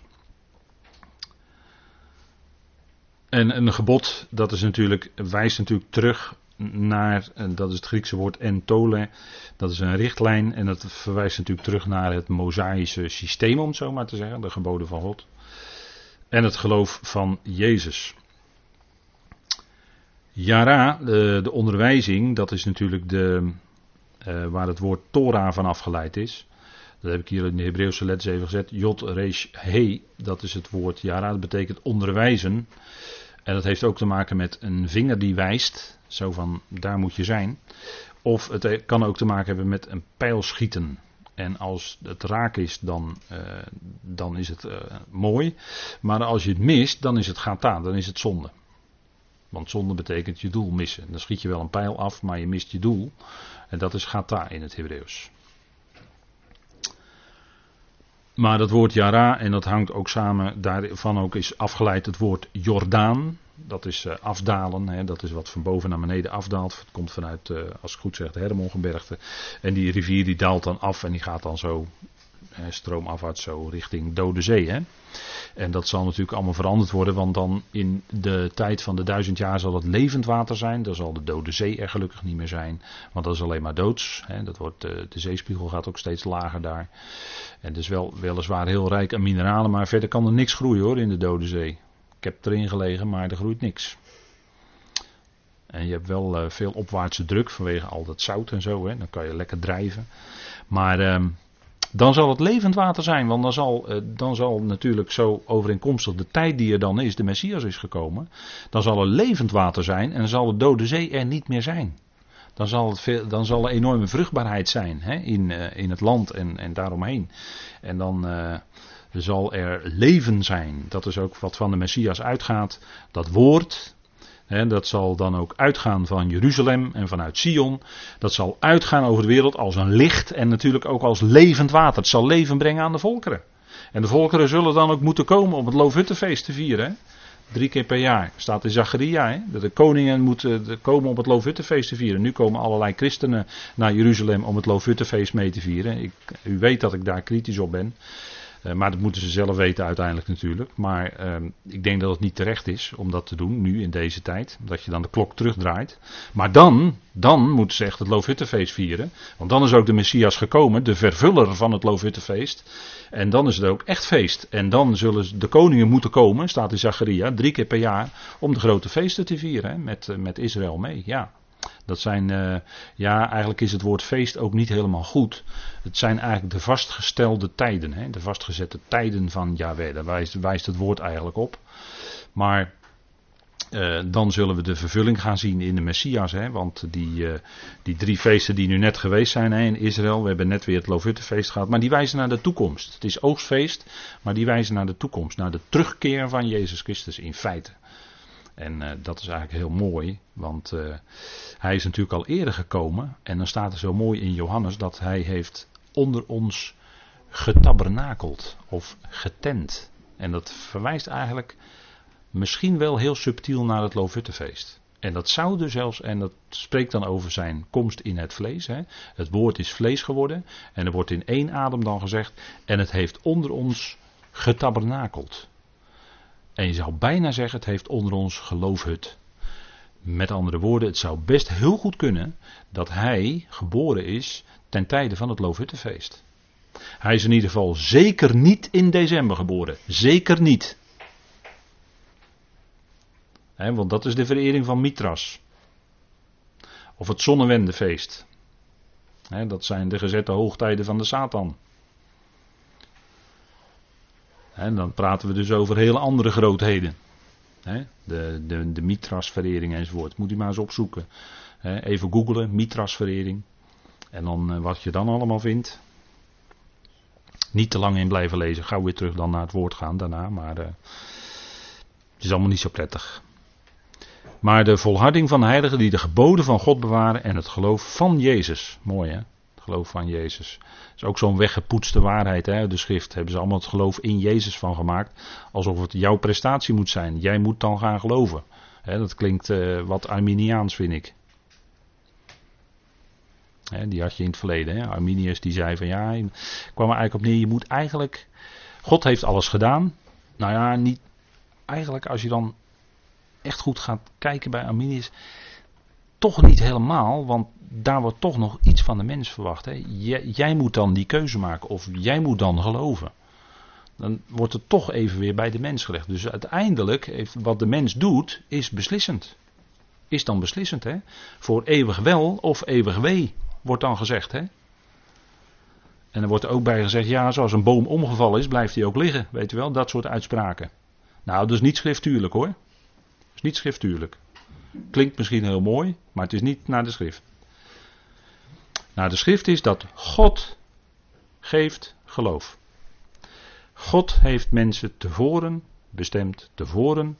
En een gebod, wijst natuurlijk terug naar, dat is het Griekse woord entole, dat is een richtlijn en dat verwijst natuurlijk terug naar het Mosaïsche systeem, om het zo maar te zeggen, de geboden van God. En het geloof van Jezus. Yara, de onderwijzing, dat is natuurlijk waar het woord Torah van afgeleid is. Dat heb ik hier in de Hebreeuwse letters even gezet. Jod resh he, dat is het woord Yara, dat betekent onderwijzen. En dat heeft ook te maken met een vinger die wijst, zo van daar moet je zijn. Of het kan ook te maken hebben met een pijl schieten. En als het raak is, dan is het mooi. Maar als je het mist, dan is het gata, dan is het zonde. Want zonde betekent je doel missen. Dan schiet je wel een pijl af, maar je mist je doel. En dat is gata in het Hebreeuws. Maar dat woord Yara, en dat hangt ook samen, daarvan ook is afgeleid het woord Jordaan. Dat is afdalen, hè, dat is wat van boven naar beneden afdaalt. Het komt vanuit, als ik goed zeg, de Hermongebergte. En die rivier die daalt dan af en die gaat dan zo stroomafwaarts zo richting Dode Zee. Hè. En dat zal natuurlijk allemaal veranderd worden, want dan in de tijd van de 1000 jaar zal het levend water zijn. Dan zal de Dode Zee er gelukkig niet meer zijn, want dat is alleen maar doods. Hè. De zeespiegel gaat ook steeds lager daar. En het is weliswaar heel rijk aan mineralen, maar verder kan er niks groeien hoor in de Dode Zee. Ik heb erin gelegen, maar er groeit niks. En je hebt wel veel opwaartse druk vanwege al dat zout en zo. Hè. Dan kan je lekker drijven. Maar dan zal het levend water zijn. Want dan zal natuurlijk zo overeenkomstig de tijd die er dan is, de Messias is gekomen. Dan zal er levend water zijn en dan zal de Dode Zee er niet meer zijn. Dan zal er enorme vruchtbaarheid zijn, hè, in het land en daaromheen. En dan zal er leven zijn. Dat is ook wat van de Messias uitgaat. Dat woord, hè, dat zal dan ook uitgaan van Jeruzalem en vanuit Sion. Dat zal uitgaan over de wereld als een licht en natuurlijk ook als levend water. Het zal leven brengen aan de volkeren. En de volkeren zullen dan ook moeten komen om het Loofhuttenfeest te vieren. Hè. 3 keer per jaar, staat in Zacharia, hè, dat de koningen moeten komen om het Loofhuttenfeest te vieren. Nu komen allerlei christenen naar Jeruzalem om het Loofhuttenfeest mee te vieren. U weet dat ik daar kritisch op ben. Maar dat moeten ze zelf weten uiteindelijk natuurlijk. Maar ik denk dat het niet terecht is om dat te doen nu in deze tijd. Dat je dan de klok terugdraait. Maar dan moeten ze echt het Loofhuttenfeest vieren. Want dan is ook de Messias gekomen, de vervuller van het Loofhuttenfeest. En dan is het ook echt feest. En dan zullen de koningen moeten komen, staat in Zacharia, 3 keer per jaar, om de grote feesten te vieren. Hè, met Israël mee, ja. Dat zijn, eigenlijk is het woord feest ook niet helemaal goed. Het zijn eigenlijk de vastgestelde tijden. Hè? De vastgezette tijden van Yahweh. Daar wijst het woord eigenlijk op. Maar dan zullen we de vervulling gaan zien in de Messias. Hè? Want die 3 feesten die nu net geweest zijn in Israël. We hebben net weer het Loofhuttenfeest gehad. Maar die wijzen naar de toekomst. Het is oogstfeest. Maar die wijzen naar de toekomst. Naar de terugkeer van Jezus Christus in feite. En dat is eigenlijk heel mooi. Want hij is natuurlijk al eerder gekomen. En dan staat er zo mooi in Johannes dat hij heeft onder ons getabernakeld. Of getent. En dat verwijst eigenlijk misschien wel heel subtiel naar het Loofhuttenfeest. En dat zou dus zelfs, en dat spreekt dan over zijn komst in het vlees. Hè. Het woord is vlees geworden. En er wordt in 1 adem dan gezegd. En het heeft onder ons getabernakeld. En je zou bijna zeggen, het heeft onder ons geloofhut. Met andere woorden, het zou best heel goed kunnen dat hij geboren is ten tijde van het Loofhuttenfeest. Hij is in ieder geval zeker niet in december geboren. Zeker niet. Want dat is de verering van Mithras. Of het zonnewendefeest. Dat zijn de gezette hoogtijden van de Satan. En dan praten we dus over hele andere grootheden. De Mithras-verering enzovoort. Moet u maar eens opzoeken. Even googlen, Mithras-verering. En dan wat je dan allemaal vindt. Niet te lang in blijven lezen. Gauw weer terug dan naar het woord gaan daarna. Maar het is allemaal niet zo prettig. Maar de volharding van de heiligen die de geboden van God bewaren en het geloof van Jezus. Mooi hè? Het geloof van Jezus. Dat is ook zo'n weggepoetste waarheid. Hè? De schrift hebben ze allemaal het geloof in Jezus van gemaakt. Alsof het jouw prestatie moet zijn. Jij moet dan gaan geloven. Dat klinkt wat Arminiaans vind ik. Die had je in het verleden. Hè? Arminius die zei van ja, kwam er eigenlijk op neer. Je moet eigenlijk, God heeft alles gedaan. Nou ja, niet eigenlijk als je dan echt goed gaat kijken bij Arminius, toch niet helemaal, want daar wordt toch nog iets van de mens verwacht. Hè? Jij moet dan die keuze maken of jij moet dan geloven. Dan wordt het toch even weer bij de mens gelegd. Dus uiteindelijk, wat de mens doet, is beslissend. Is dan beslissend, hè? Voor eeuwig wel of eeuwig wee, wordt dan gezegd, hè? En er wordt er ook bij gezegd, ja, zoals een boom omgevallen is, blijft hij ook liggen. Weet u wel, dat soort uitspraken. Nou, dat is niet schriftuurlijk hoor. Dat is niet schriftuurlijk. Klinkt misschien heel mooi, maar het is niet naar de schrift. Naar de schrift is dat God geeft geloof. God heeft mensen tevoren bestemd, tevoren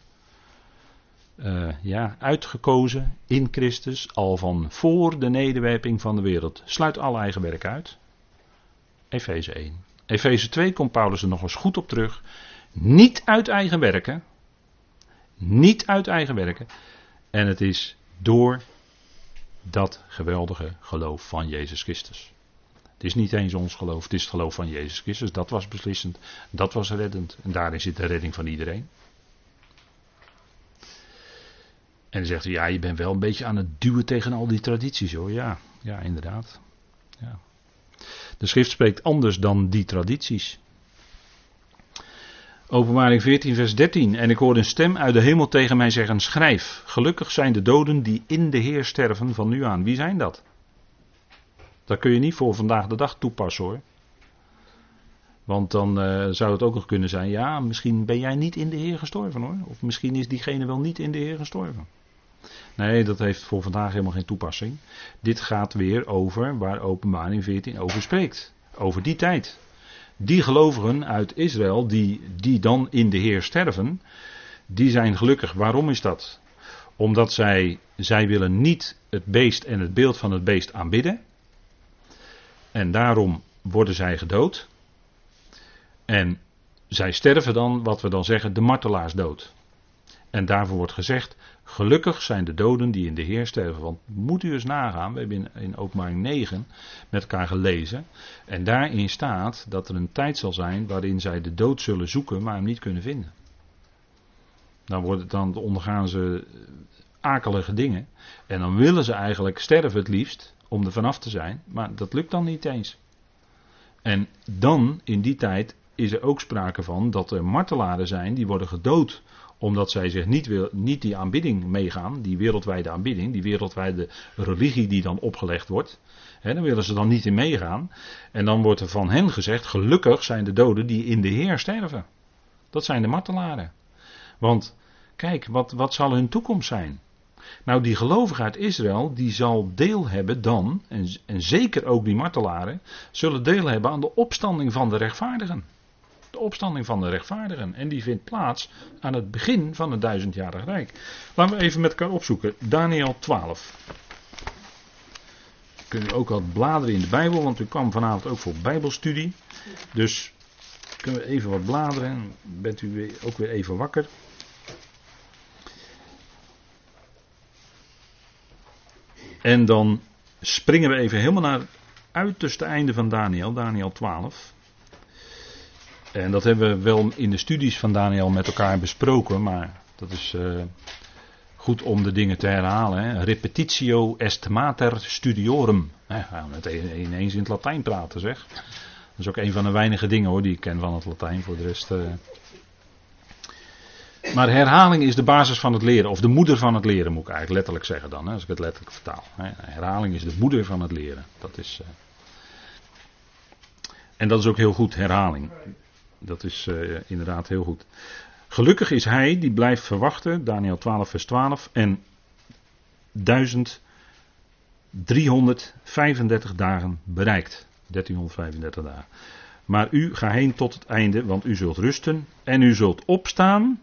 uitgekozen in Christus, al van voor de nederwerping van de wereld. Sluit alle eigen werk uit. Efeze 1. Efeze 2 komt Paulus er nog eens goed op terug. Niet uit eigen werken. Niet uit eigen werken. En het is door dat geweldige geloof van Jezus Christus. Het is niet eens ons geloof, het is het geloof van Jezus Christus. Dat was beslissend, dat was reddend. En daarin zit de redding van iedereen. En dan zegt hij, ja, je bent wel een beetje aan het duwen tegen al die tradities hoor. Ja, inderdaad. Ja. De schrift spreekt anders dan die tradities. Openbaring 14 vers 13. En ik hoorde een stem uit de hemel tegen mij zeggen, schrijf, gelukkig zijn de doden die in de Heer sterven van nu aan. Wie zijn dat? Dat kun je niet voor vandaag de dag toepassen hoor. Want dan zou het ook nog kunnen zijn, ja, misschien ben jij niet in de Heer gestorven hoor. Of misschien is diegene wel niet in de Heer gestorven. Nee, dat heeft voor vandaag helemaal geen toepassing. Dit gaat weer over waar Openbaring 14 over spreekt. Over die tijd. Die gelovigen uit Israël die dan in de Heer sterven, die zijn gelukkig. Waarom is dat? Omdat zij willen niet het beest en het beeld van het beest aanbidden. En daarom worden zij gedood. En zij sterven dan, wat we dan zeggen, de martelaarsdood. En daarvoor wordt gezegd, gelukkig zijn de doden die in de Heer sterven. Want moet u eens nagaan, we hebben in Openbaring 9 met elkaar gelezen. En daarin staat dat er een tijd zal zijn waarin zij de dood zullen zoeken, maar hem niet kunnen vinden. Dan ondergaan ze akelige dingen. En dan willen ze eigenlijk sterven het liefst, om er vanaf te zijn. Maar dat lukt dan niet eens. En dan, in die tijd, is er ook sprake van dat er martelaren zijn die worden gedood omdat zij zich niet die aanbidding meegaan, die wereldwijde aanbidding, die wereldwijde religie die dan opgelegd wordt. Daar willen ze dan niet in meegaan. En dan wordt er van hen gezegd, gelukkig zijn de doden die in de Heer sterven. Dat zijn de martelaren. Want kijk, wat zal hun toekomst zijn? Nou, die gelovigen uit Israël, die zal deel hebben dan, en zeker ook die martelaren, zullen deel hebben aan de opstanding van de rechtvaardigen. De opstanding van de rechtvaardigen. En die vindt plaats aan het begin van het 1000-jarig rijk. Laten we even met elkaar opzoeken. Daniël 12. Kunt u ook wat bladeren in de Bijbel, want u kwam vanavond ook voor Bijbelstudie. Dus kunnen we even wat bladeren. Bent u ook weer even wakker. En dan springen we even helemaal naar het uiterste einde van Daniël, Daniël 12. En dat hebben we wel in de studies van Daniël met elkaar besproken, maar dat is goed om de dingen te herhalen. Hè. Repetitio est mater studiorum. Gaan we ineens in het Latijn praten, zeg. Dat is ook een van de weinige dingen hoor die ik ken van het Latijn, voor de rest. Maar herhaling is de basis van het leren, of de moeder van het leren moet ik eigenlijk letterlijk zeggen dan, hè, als ik het letterlijk vertaal. Herhaling is de moeder van het leren. Dat is, en dat is ook heel goed, herhaling. Dat is inderdaad heel goed. Gelukkig is hij die blijft verwachten, Daniël 12 vers 12, en 1335 dagen bereikt. 1335 dagen. Maar u ga heen tot het einde, want u zult rusten en u zult opstaan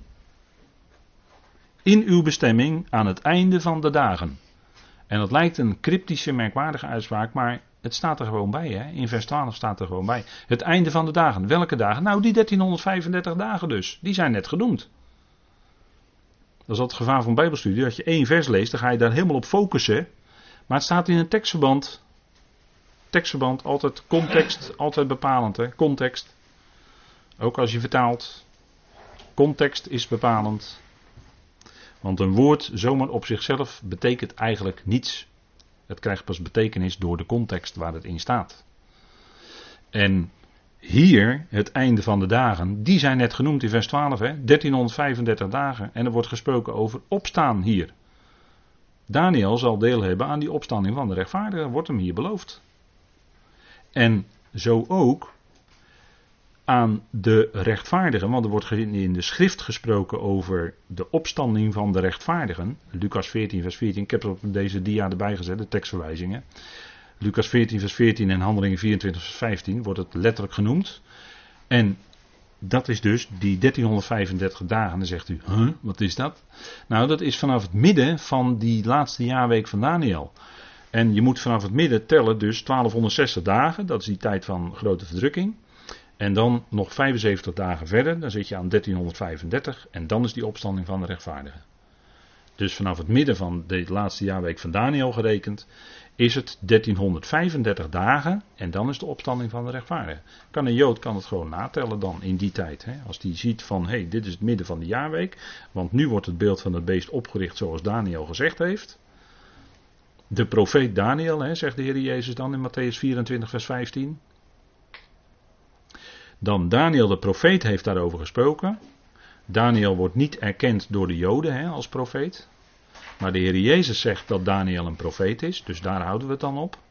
in uw bestemming aan het einde van de dagen. En dat lijkt een cryptische, merkwaardige uitspraak, maar het staat er gewoon bij. Hè? In vers 12 staat er gewoon bij. Het einde van de dagen. Welke dagen? Nou, die 1335 dagen dus. Die zijn net genoemd. Dat is altijd het gevaar van Bijbelstudie. Dat je één vers leest, dan ga je daar helemaal op focussen. Maar het staat in een tekstverband. Tekstverband, altijd context, altijd bepalend. Hè? Context. Ook als je vertaalt. Context is bepalend. Want een woord zomaar op zichzelf betekent eigenlijk niets. Het krijgt pas betekenis door de context waar het in staat. En hier, het einde van de dagen, die zijn net genoemd in vers 12, hè? 1335 dagen. En er wordt gesproken over opstaan hier. Daniël zal deel hebben aan die opstanding van de rechtvaardigen, wordt hem hier beloofd. En zo ook aan de rechtvaardigen, want er wordt in de schrift gesproken over de opstanding van de rechtvaardigen. Lucas 14 vers 14, ik heb op deze dia erbij gezet, de tekstverwijzingen. Lucas 14 vers 14 en Handelingen 24 vers 15 wordt het letterlijk genoemd. En dat is dus die 1335 dagen. Dan zegt u, wat is dat? Nou, dat is vanaf het midden van die laatste jaarweek van Daniël. En je moet vanaf het midden tellen dus 1260 dagen, dat is die tijd van grote verdrukking. En dan nog 75 dagen verder, dan zit je aan 1335 en dan is die opstanding van de rechtvaardigen. Dus vanaf het midden van de laatste jaarweek van Daniël gerekend, is het 1335 dagen en dan is de opstanding van de rechtvaardigen. Een Jood kan het gewoon natellen dan in die tijd. Hè? Als die ziet van, dit is het midden van de jaarweek, want nu wordt het beeld van het beest opgericht zoals Daniël gezegd heeft. De profeet Daniël, zegt de Heer Jezus dan in Mattheüs 24 vers 15. Dan Daniël de profeet heeft daarover gesproken. Daniël wordt niet erkend door de Joden als profeet. Maar de Heer Jezus zegt dat Daniël een profeet is. Dus daar houden we het dan op.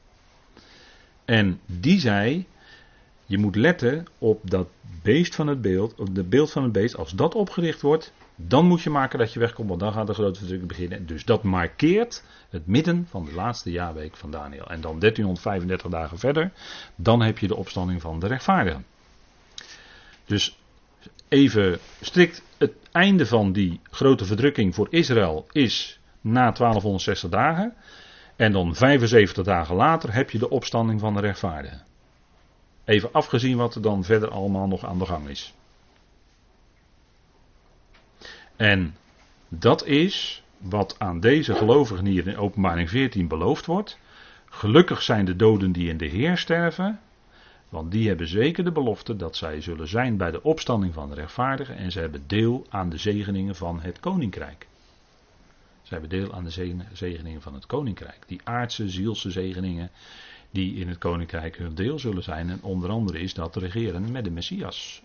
En die zei, je moet letten op dat beest van het beeld, op het beeld van het beest. Als dat opgericht wordt, dan moet je maken dat je wegkomt. Want dan gaat de grote verdrukking beginnen. Dus dat markeert het midden van de laatste jaarweek van Daniël. En dan 1335 dagen verder, dan heb je de opstanding van de rechtvaardigen. Dus even strikt, het einde van die grote verdrukking voor Israël is na 1260 dagen. En dan 75 dagen later heb je de opstanding van de rechtvaardigen. Even afgezien wat er dan verder allemaal nog aan de gang is. En dat is wat aan deze gelovigen hier in Openbaring 14 beloofd wordt. Gelukkig zijn de doden die in de Heer sterven. Want die hebben zeker de belofte dat zij zullen zijn bij de opstanding van de rechtvaardigen. En ze hebben deel aan de zegeningen van het koninkrijk. Ze hebben deel aan de zegeningen van het koninkrijk. Die aardse, zielse zegeningen. die in het koninkrijk hun deel zullen zijn. En onder andere is dat regeren met de Messias.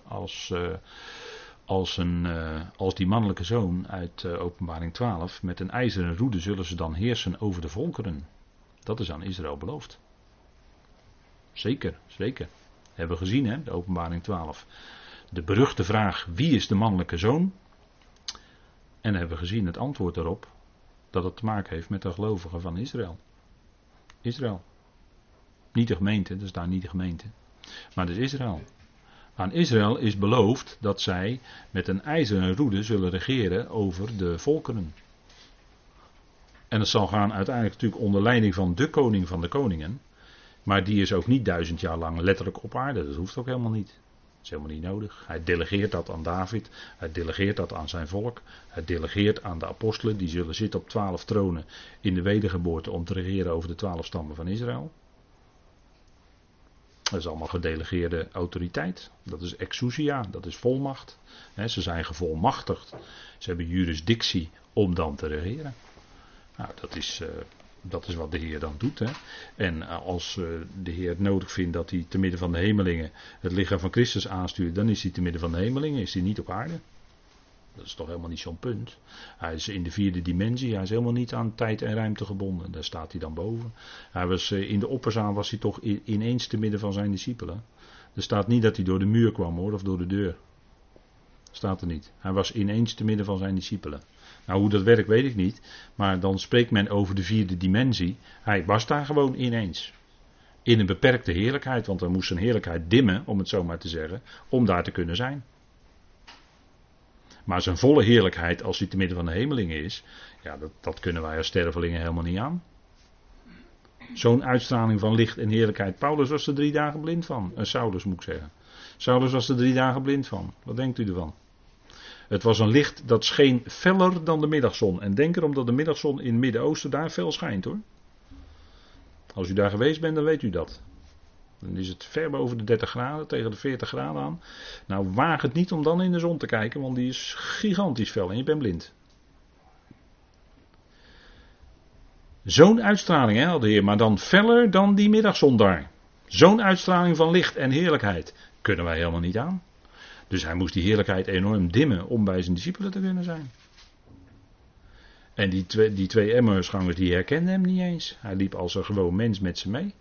Als die mannelijke zoon uit Openbaring 12. Met een ijzeren roede zullen ze dan heersen over de volkeren. Dat is aan Israël beloofd. Zeker, zeker. Hebben we gezien, hè, de Openbaring 12. De beruchte vraag, wie is de mannelijke zoon? En hebben we gezien het antwoord daarop. Dat het te maken heeft met de gelovigen van Israël. Israël. Niet de gemeente, dat is daar niet de gemeente. Maar dat is Israël. Aan Israël is beloofd dat zij met een ijzeren roede zullen regeren over de volkeren. En dat zal gaan uiteindelijk natuurlijk onder leiding van de koning van de koningen. Maar die is ook niet 1000 jaar lang letterlijk op aarde. Dat hoeft ook helemaal niet. Dat is helemaal niet nodig. Hij delegeert dat aan David. Hij delegeert dat aan zijn volk. Hij delegeert aan de apostelen. Die zullen zitten op 12 tronen in de wedergeboorte om te regeren over de 12 stammen van Israël. Dat is allemaal gedelegeerde autoriteit. Dat is exousia, dat is volmacht. Ze zijn gevolmachtigd. Ze hebben jurisdictie om dan te regeren. Nou, dat is wat de Heer dan doet. Hè. En als de Heer het nodig vindt dat hij te midden van de hemelingen het lichaam van Christus aanstuurt, dan is hij te midden van de hemelingen, is hij niet op aarde. Dat is toch helemaal niet zo'n punt. Hij is in de 4e dimensie, hij is helemaal niet aan tijd en ruimte gebonden. Daar staat hij dan boven. Hij was, in de opperzaal was hij toch ineens te midden van zijn discipelen. Er staat niet dat hij door de muur kwam hoor, of door de deur. Staat er niet. Hij was ineens te midden van zijn discipelen. Nou, hoe dat werkt weet ik niet. Maar dan spreekt men over de 4e dimensie. Hij was daar gewoon ineens. In een beperkte heerlijkheid, want er moest zijn heerlijkheid dimmen, om het zo maar te zeggen, om daar te kunnen zijn. Maar zijn volle heerlijkheid, als hij te midden van de hemelingen is, ja, dat kunnen wij als stervelingen helemaal niet aan. Zo'n uitstraling van licht en heerlijkheid. Paulus was er 3 dagen blind van. Saulus moet ik zeggen. Saulus was er 3 dagen blind van. Wat denkt u ervan? Het was een licht dat scheen feller dan de middagzon. En denk erom dat de middagzon in het Midden-Oosten daar fel schijnt hoor. Als u daar geweest bent, dan weet u dat. Dan is het ver boven de 30 graden, tegen de 40 graden aan. Nou, waag het niet om dan in de zon te kijken, want die is gigantisch fel en je bent blind. Zo'n uitstraling had de Heer, maar dan feller dan die middagzon daar. Zo'n uitstraling van licht en heerlijkheid kunnen wij helemaal niet aan. Dus hij moest die heerlijkheid enorm dimmen om bij zijn discipelen te kunnen zijn. En die twee Emmausgangers die herkenden hem niet eens. Hij liep als een gewoon mens met ze mee.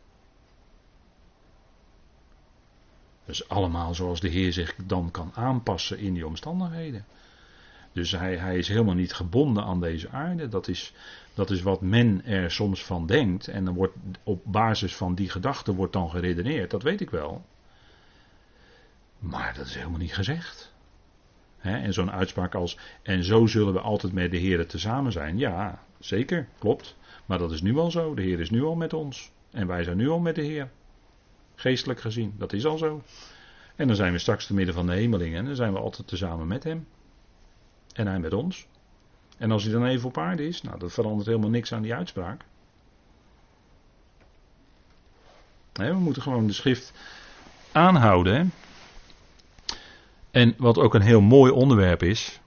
Dus allemaal zoals de Heer zich dan kan aanpassen in die omstandigheden. Dus hij is helemaal niet gebonden aan deze aarde. Dat is wat men er soms van denkt. En dan wordt op basis van die gedachte wordt dan geredeneerd. Dat weet ik wel. Maar dat is helemaal niet gezegd. En zo'n uitspraak als, en zo zullen we altijd met de Heer tezamen zijn. Ja, zeker, klopt. Maar dat is nu al zo. De Heer is nu al met ons. En wij zijn nu al met de Heer. Geestelijk gezien, dat is al zo. En dan zijn we straks te midden van de hemelingen. En dan zijn we altijd tezamen met hem. En hij met ons. En als hij dan even op aarde is, nou dat verandert helemaal niks aan die uitspraak. We moeten gewoon de schrift aanhouden. Hè? En wat ook een heel mooi onderwerp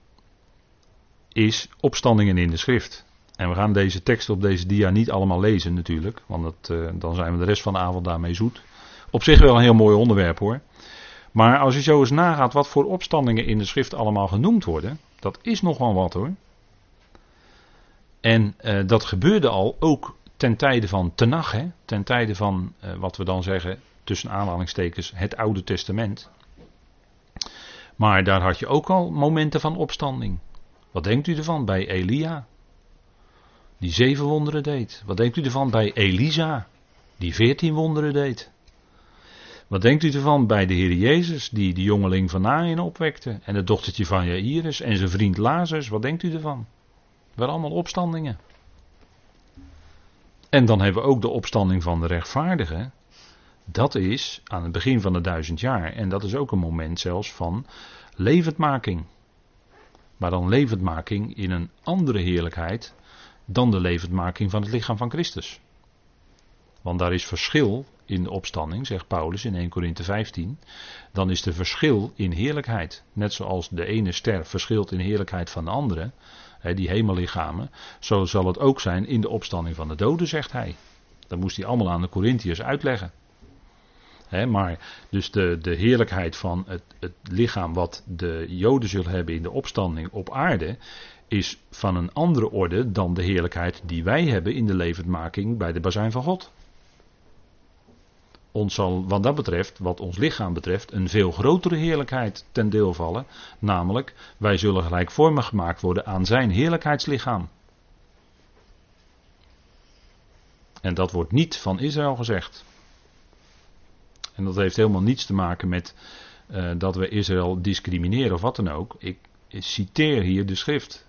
is opstandingen in de schrift. En we gaan deze teksten op deze dia niet allemaal lezen natuurlijk, want dan zijn we de rest van de avond daarmee zoet. Op zich wel een heel mooi onderwerp hoor. Maar als je zo eens nagaat wat voor opstandingen in de schrift allemaal genoemd worden, dat is nogal wat hoor. En dat gebeurde al ook ten tijde van Tenach, hè? Ten tijde van wat we dan zeggen, tussen aanhalingstekens, het Oude Testament. Maar daar had je ook al momenten van opstanding. Wat denkt u ervan bij Elia? Die 7 wonderen deed. Wat denkt u ervan bij Elisa? Die 14 wonderen deed. Wat denkt u ervan bij de Heer Jezus, die de jongeling van Naïn opwekte? En het dochtertje van Jairus en zijn vriend Lazarus, wat denkt u ervan? Dat waren allemaal opstandingen. En dan hebben we ook de opstanding van de rechtvaardigen. Dat is aan het begin van de 1000 jaar. En dat is ook een moment zelfs van levendmaking. Maar dan levendmaking in een andere heerlijkheid dan de levendmaking van het lichaam van Christus. Want daar is verschil in de opstanding, zegt Paulus in 1 Korinthe 15. Dan is er verschil in heerlijkheid. Net zoals de ene ster verschilt in heerlijkheid van de andere, die hemellichamen. Zo zal het ook zijn in de opstanding van de doden, zegt hij. Dat moest hij allemaal aan de Korintiërs uitleggen. Maar dus de heerlijkheid van het lichaam wat de Joden zullen hebben in de opstanding op aarde, is van een andere orde dan de heerlijkheid die wij hebben in de levendmaking bij de bazuin van God. Ons zal wat dat betreft, wat ons lichaam betreft, een veel grotere heerlijkheid ten deel vallen. Namelijk, wij zullen gelijkvormig gemaakt worden aan zijn heerlijkheidslichaam. En dat wordt niet van Israël gezegd. En dat heeft helemaal niets te maken met dat we Israël discrimineren of wat dan ook. Ik citeer hier de schrift.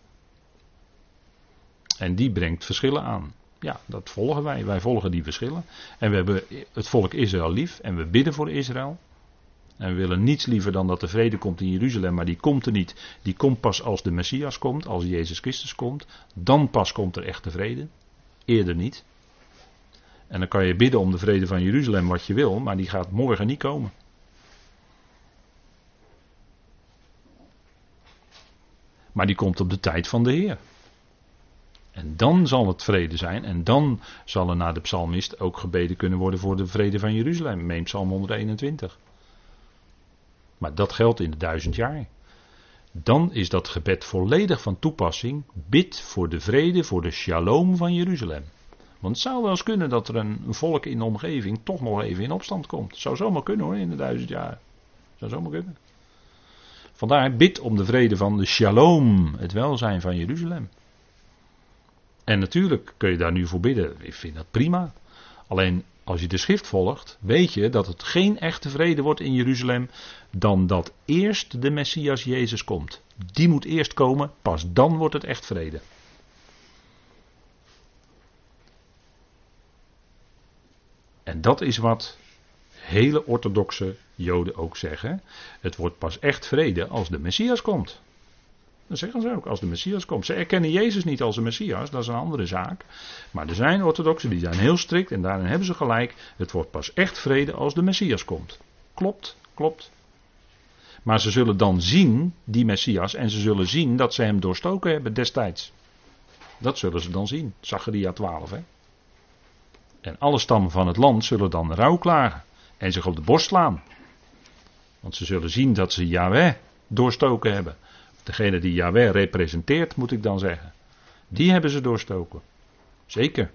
En die brengt verschillen aan. Ja, dat volgen wij. Wij volgen die verschillen. En we hebben het volk Israël lief. En we bidden voor Israël. En we willen niets liever dan dat de vrede komt in Jeruzalem. Maar die komt er niet. Die komt pas als de Messias komt. Als Jezus Christus komt. Dan pas komt er echte vrede. Eerder niet. En dan kan je bidden om de vrede van Jeruzalem wat je wil. Maar die gaat morgen niet komen. Maar die komt op de tijd van de Heer. En dan zal het vrede zijn. En dan zal er naar de psalmist ook gebeden kunnen worden voor de vrede van Jeruzalem. Neem Psalm 121. Maar dat geldt in de 1000 jaar. Dan is dat gebed volledig van toepassing. Bid voor de vrede, voor de shalom van Jeruzalem. Want het zou wel eens kunnen dat er een volk in de omgeving toch nog even in opstand komt. Het zou zomaar kunnen hoor, in de 1000 jaar. Het zou zomaar kunnen. Vandaar bid om de vrede van de shalom, het welzijn van Jeruzalem. En natuurlijk kun je daar nu voor bidden. Ik vind dat prima. Alleen als je de schrift volgt, weet je dat het geen echte vrede wordt in Jeruzalem dan dat eerst de Messias Jezus komt. Die moet eerst komen, pas dan wordt het echt vrede. En dat is wat hele orthodoxe Joden ook zeggen. Het wordt pas echt vrede als de Messias komt. Dat zeggen ze ook, als de Messias komt. Ze erkennen Jezus niet als een Messias, dat is een andere zaak. Maar er zijn orthodoxen die zijn heel strikt en daarin hebben ze gelijk. Het wordt pas echt vrede als de Messias komt. Klopt, klopt. Maar ze zullen dan zien, die Messias, en ze zullen zien dat ze hem doorstoken hebben destijds. Dat zullen ze dan zien. Zacharia 12, hè. En alle stammen van het land zullen dan rouw klagen en zich op de borst slaan. Want ze zullen zien dat ze Yahweh doorstoken hebben. Degene die Yahweh representeert, moet ik dan zeggen. Die hebben ze doorstoken. Zeker.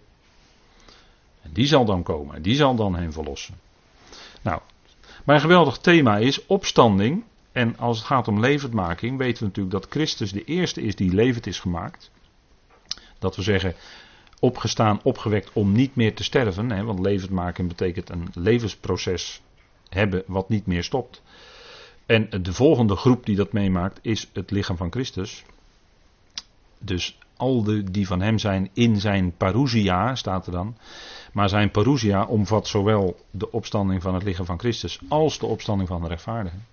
En die zal dan komen. En die zal dan hen verlossen. Nou, maar een geweldig thema is opstanding. En als het gaat om levendmaking, weten we natuurlijk dat Christus de eerste is die levend is gemaakt. Dat we zeggen, opgestaan, opgewekt om niet meer te sterven. Hè, want levendmaking betekent een levensproces hebben wat niet meer stopt. En de volgende groep die dat meemaakt is het lichaam van Christus. Dus al die van hem zijn in zijn parousia, staat er dan. Maar zijn parousia omvat zowel de opstanding van het lichaam van Christus als de opstanding van de rechtvaardigen.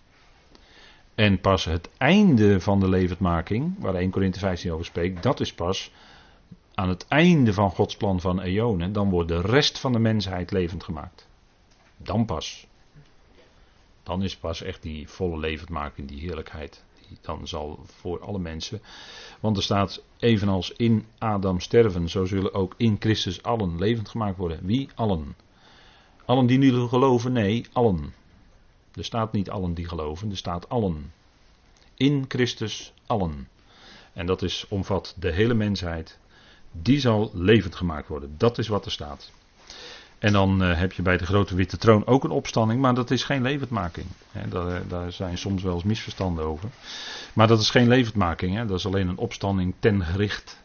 En pas het einde van de levendmaking, waar 1 Korinthe 15 over spreekt, dat is pas aan het einde van Gods plan van eonen. Dan wordt de rest van de mensheid levend gemaakt. Dan pas. Dan is pas echt die volle levendmaking, die heerlijkheid. Die dan zal voor alle mensen. Want er staat, evenals in Adam sterven, zo zullen ook in Christus allen levend gemaakt worden. Wie? Allen. Allen die nu geloven? Nee, allen. Er staat niet allen die geloven, er staat allen. In Christus allen. En dat omvat de hele mensheid. Die zal levend gemaakt worden. Dat is wat er staat. En dan heb je bij de grote witte troon ook een opstanding, maar dat is geen levendmaking. Daar zijn soms wel eens misverstanden over. Maar dat is geen levendmaking, dat is alleen een opstanding ten gericht.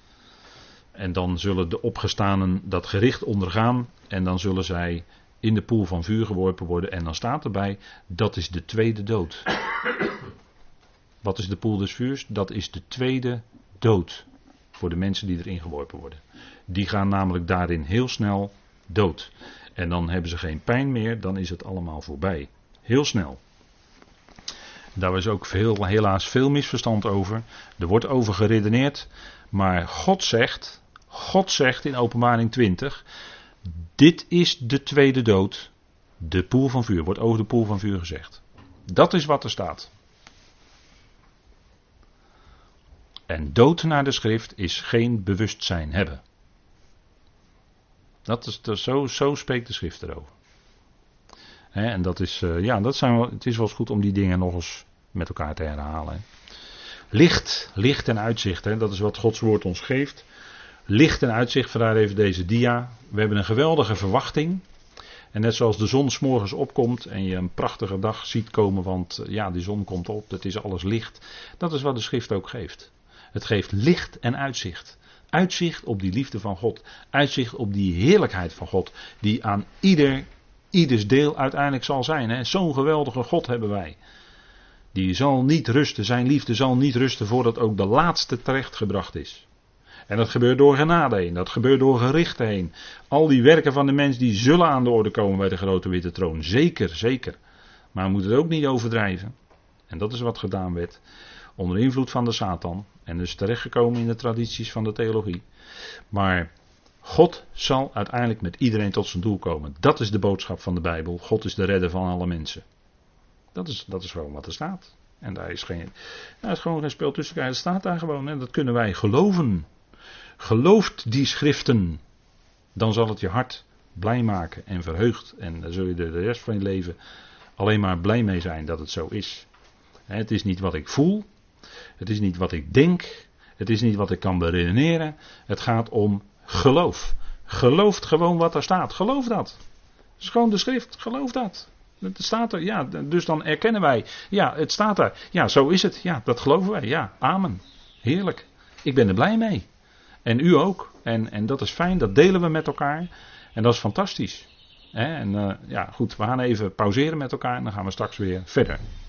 En dan zullen de opgestanen dat gericht ondergaan en dan zullen zij in de poel van vuur geworpen worden. En dan staat erbij, dat is de tweede dood. Wat is de poel des vuurs? Dat is de tweede dood voor de mensen die erin geworpen worden. Die gaan namelijk daarin heel snel dood. En dan hebben ze geen pijn meer, dan is het allemaal voorbij. Heel snel. Daar is ook helaas veel misverstand over. Er wordt over geredeneerd. Maar God zegt in Openbaring 20. Dit is de tweede dood. De poel van vuur. Wordt over de poel van vuur gezegd. Dat is wat er staat. En dood naar de schrift is geen bewustzijn hebben. Zo spreekt de schrift erover. En dat is, het is wel eens goed om die dingen nog eens met elkaar te herhalen. Licht en uitzicht, dat is wat Gods woord ons geeft. Licht en uitzicht, vandaar even deze dia. We hebben een geweldige verwachting. En net zoals de zon 's morgens opkomt en je een prachtige dag ziet komen, want die zon komt op, het is alles licht. Dat is wat de schrift ook geeft. Het geeft licht en uitzicht. Uitzicht op die liefde van God. Uitzicht op die heerlijkheid van God, die aan ieders deel uiteindelijk zal zijn. Zo'n geweldige God hebben wij. Die zal niet rusten, zijn liefde zal niet rusten voordat ook de laatste terechtgebracht is. En dat gebeurt door genade heen, dat gebeurt door gerichten heen. Al die werken van de mens die zullen aan de orde komen bij de grote witte troon. Zeker, zeker. Maar we moeten het ook niet overdrijven. En dat is wat gedaan werd. Onder invloed van de Satan. En dus terechtgekomen in de tradities van de theologie. Maar God zal uiteindelijk met iedereen tot zijn doel komen. Dat is de boodschap van de Bijbel. God is de redder van alle mensen. Dat is gewoon wat er staat. En daar is gewoon geen spel tussen. Het staat daar gewoon. En dat kunnen wij geloven. Gelooft die schriften, dan zal het je hart blij maken en verheugd. En dan zul je er de rest van je leven alleen maar blij mee zijn dat het zo is. Het is niet wat ik voel. Het is niet wat ik denk. Het is niet wat ik kan beredeneren. Het gaat om geloof. Gelooft gewoon wat er staat. Geloof dat. Het is gewoon de schrift. Geloof dat. Het staat er. Ja, dus dan erkennen wij. Ja, het staat er. Ja, zo is het. Ja, dat geloven wij. Ja, amen. Heerlijk. Ik ben er blij mee. En u ook. En dat is fijn. Dat delen we met elkaar. En dat is fantastisch. Goed. We gaan even pauzeren met elkaar. En dan gaan we straks weer verder.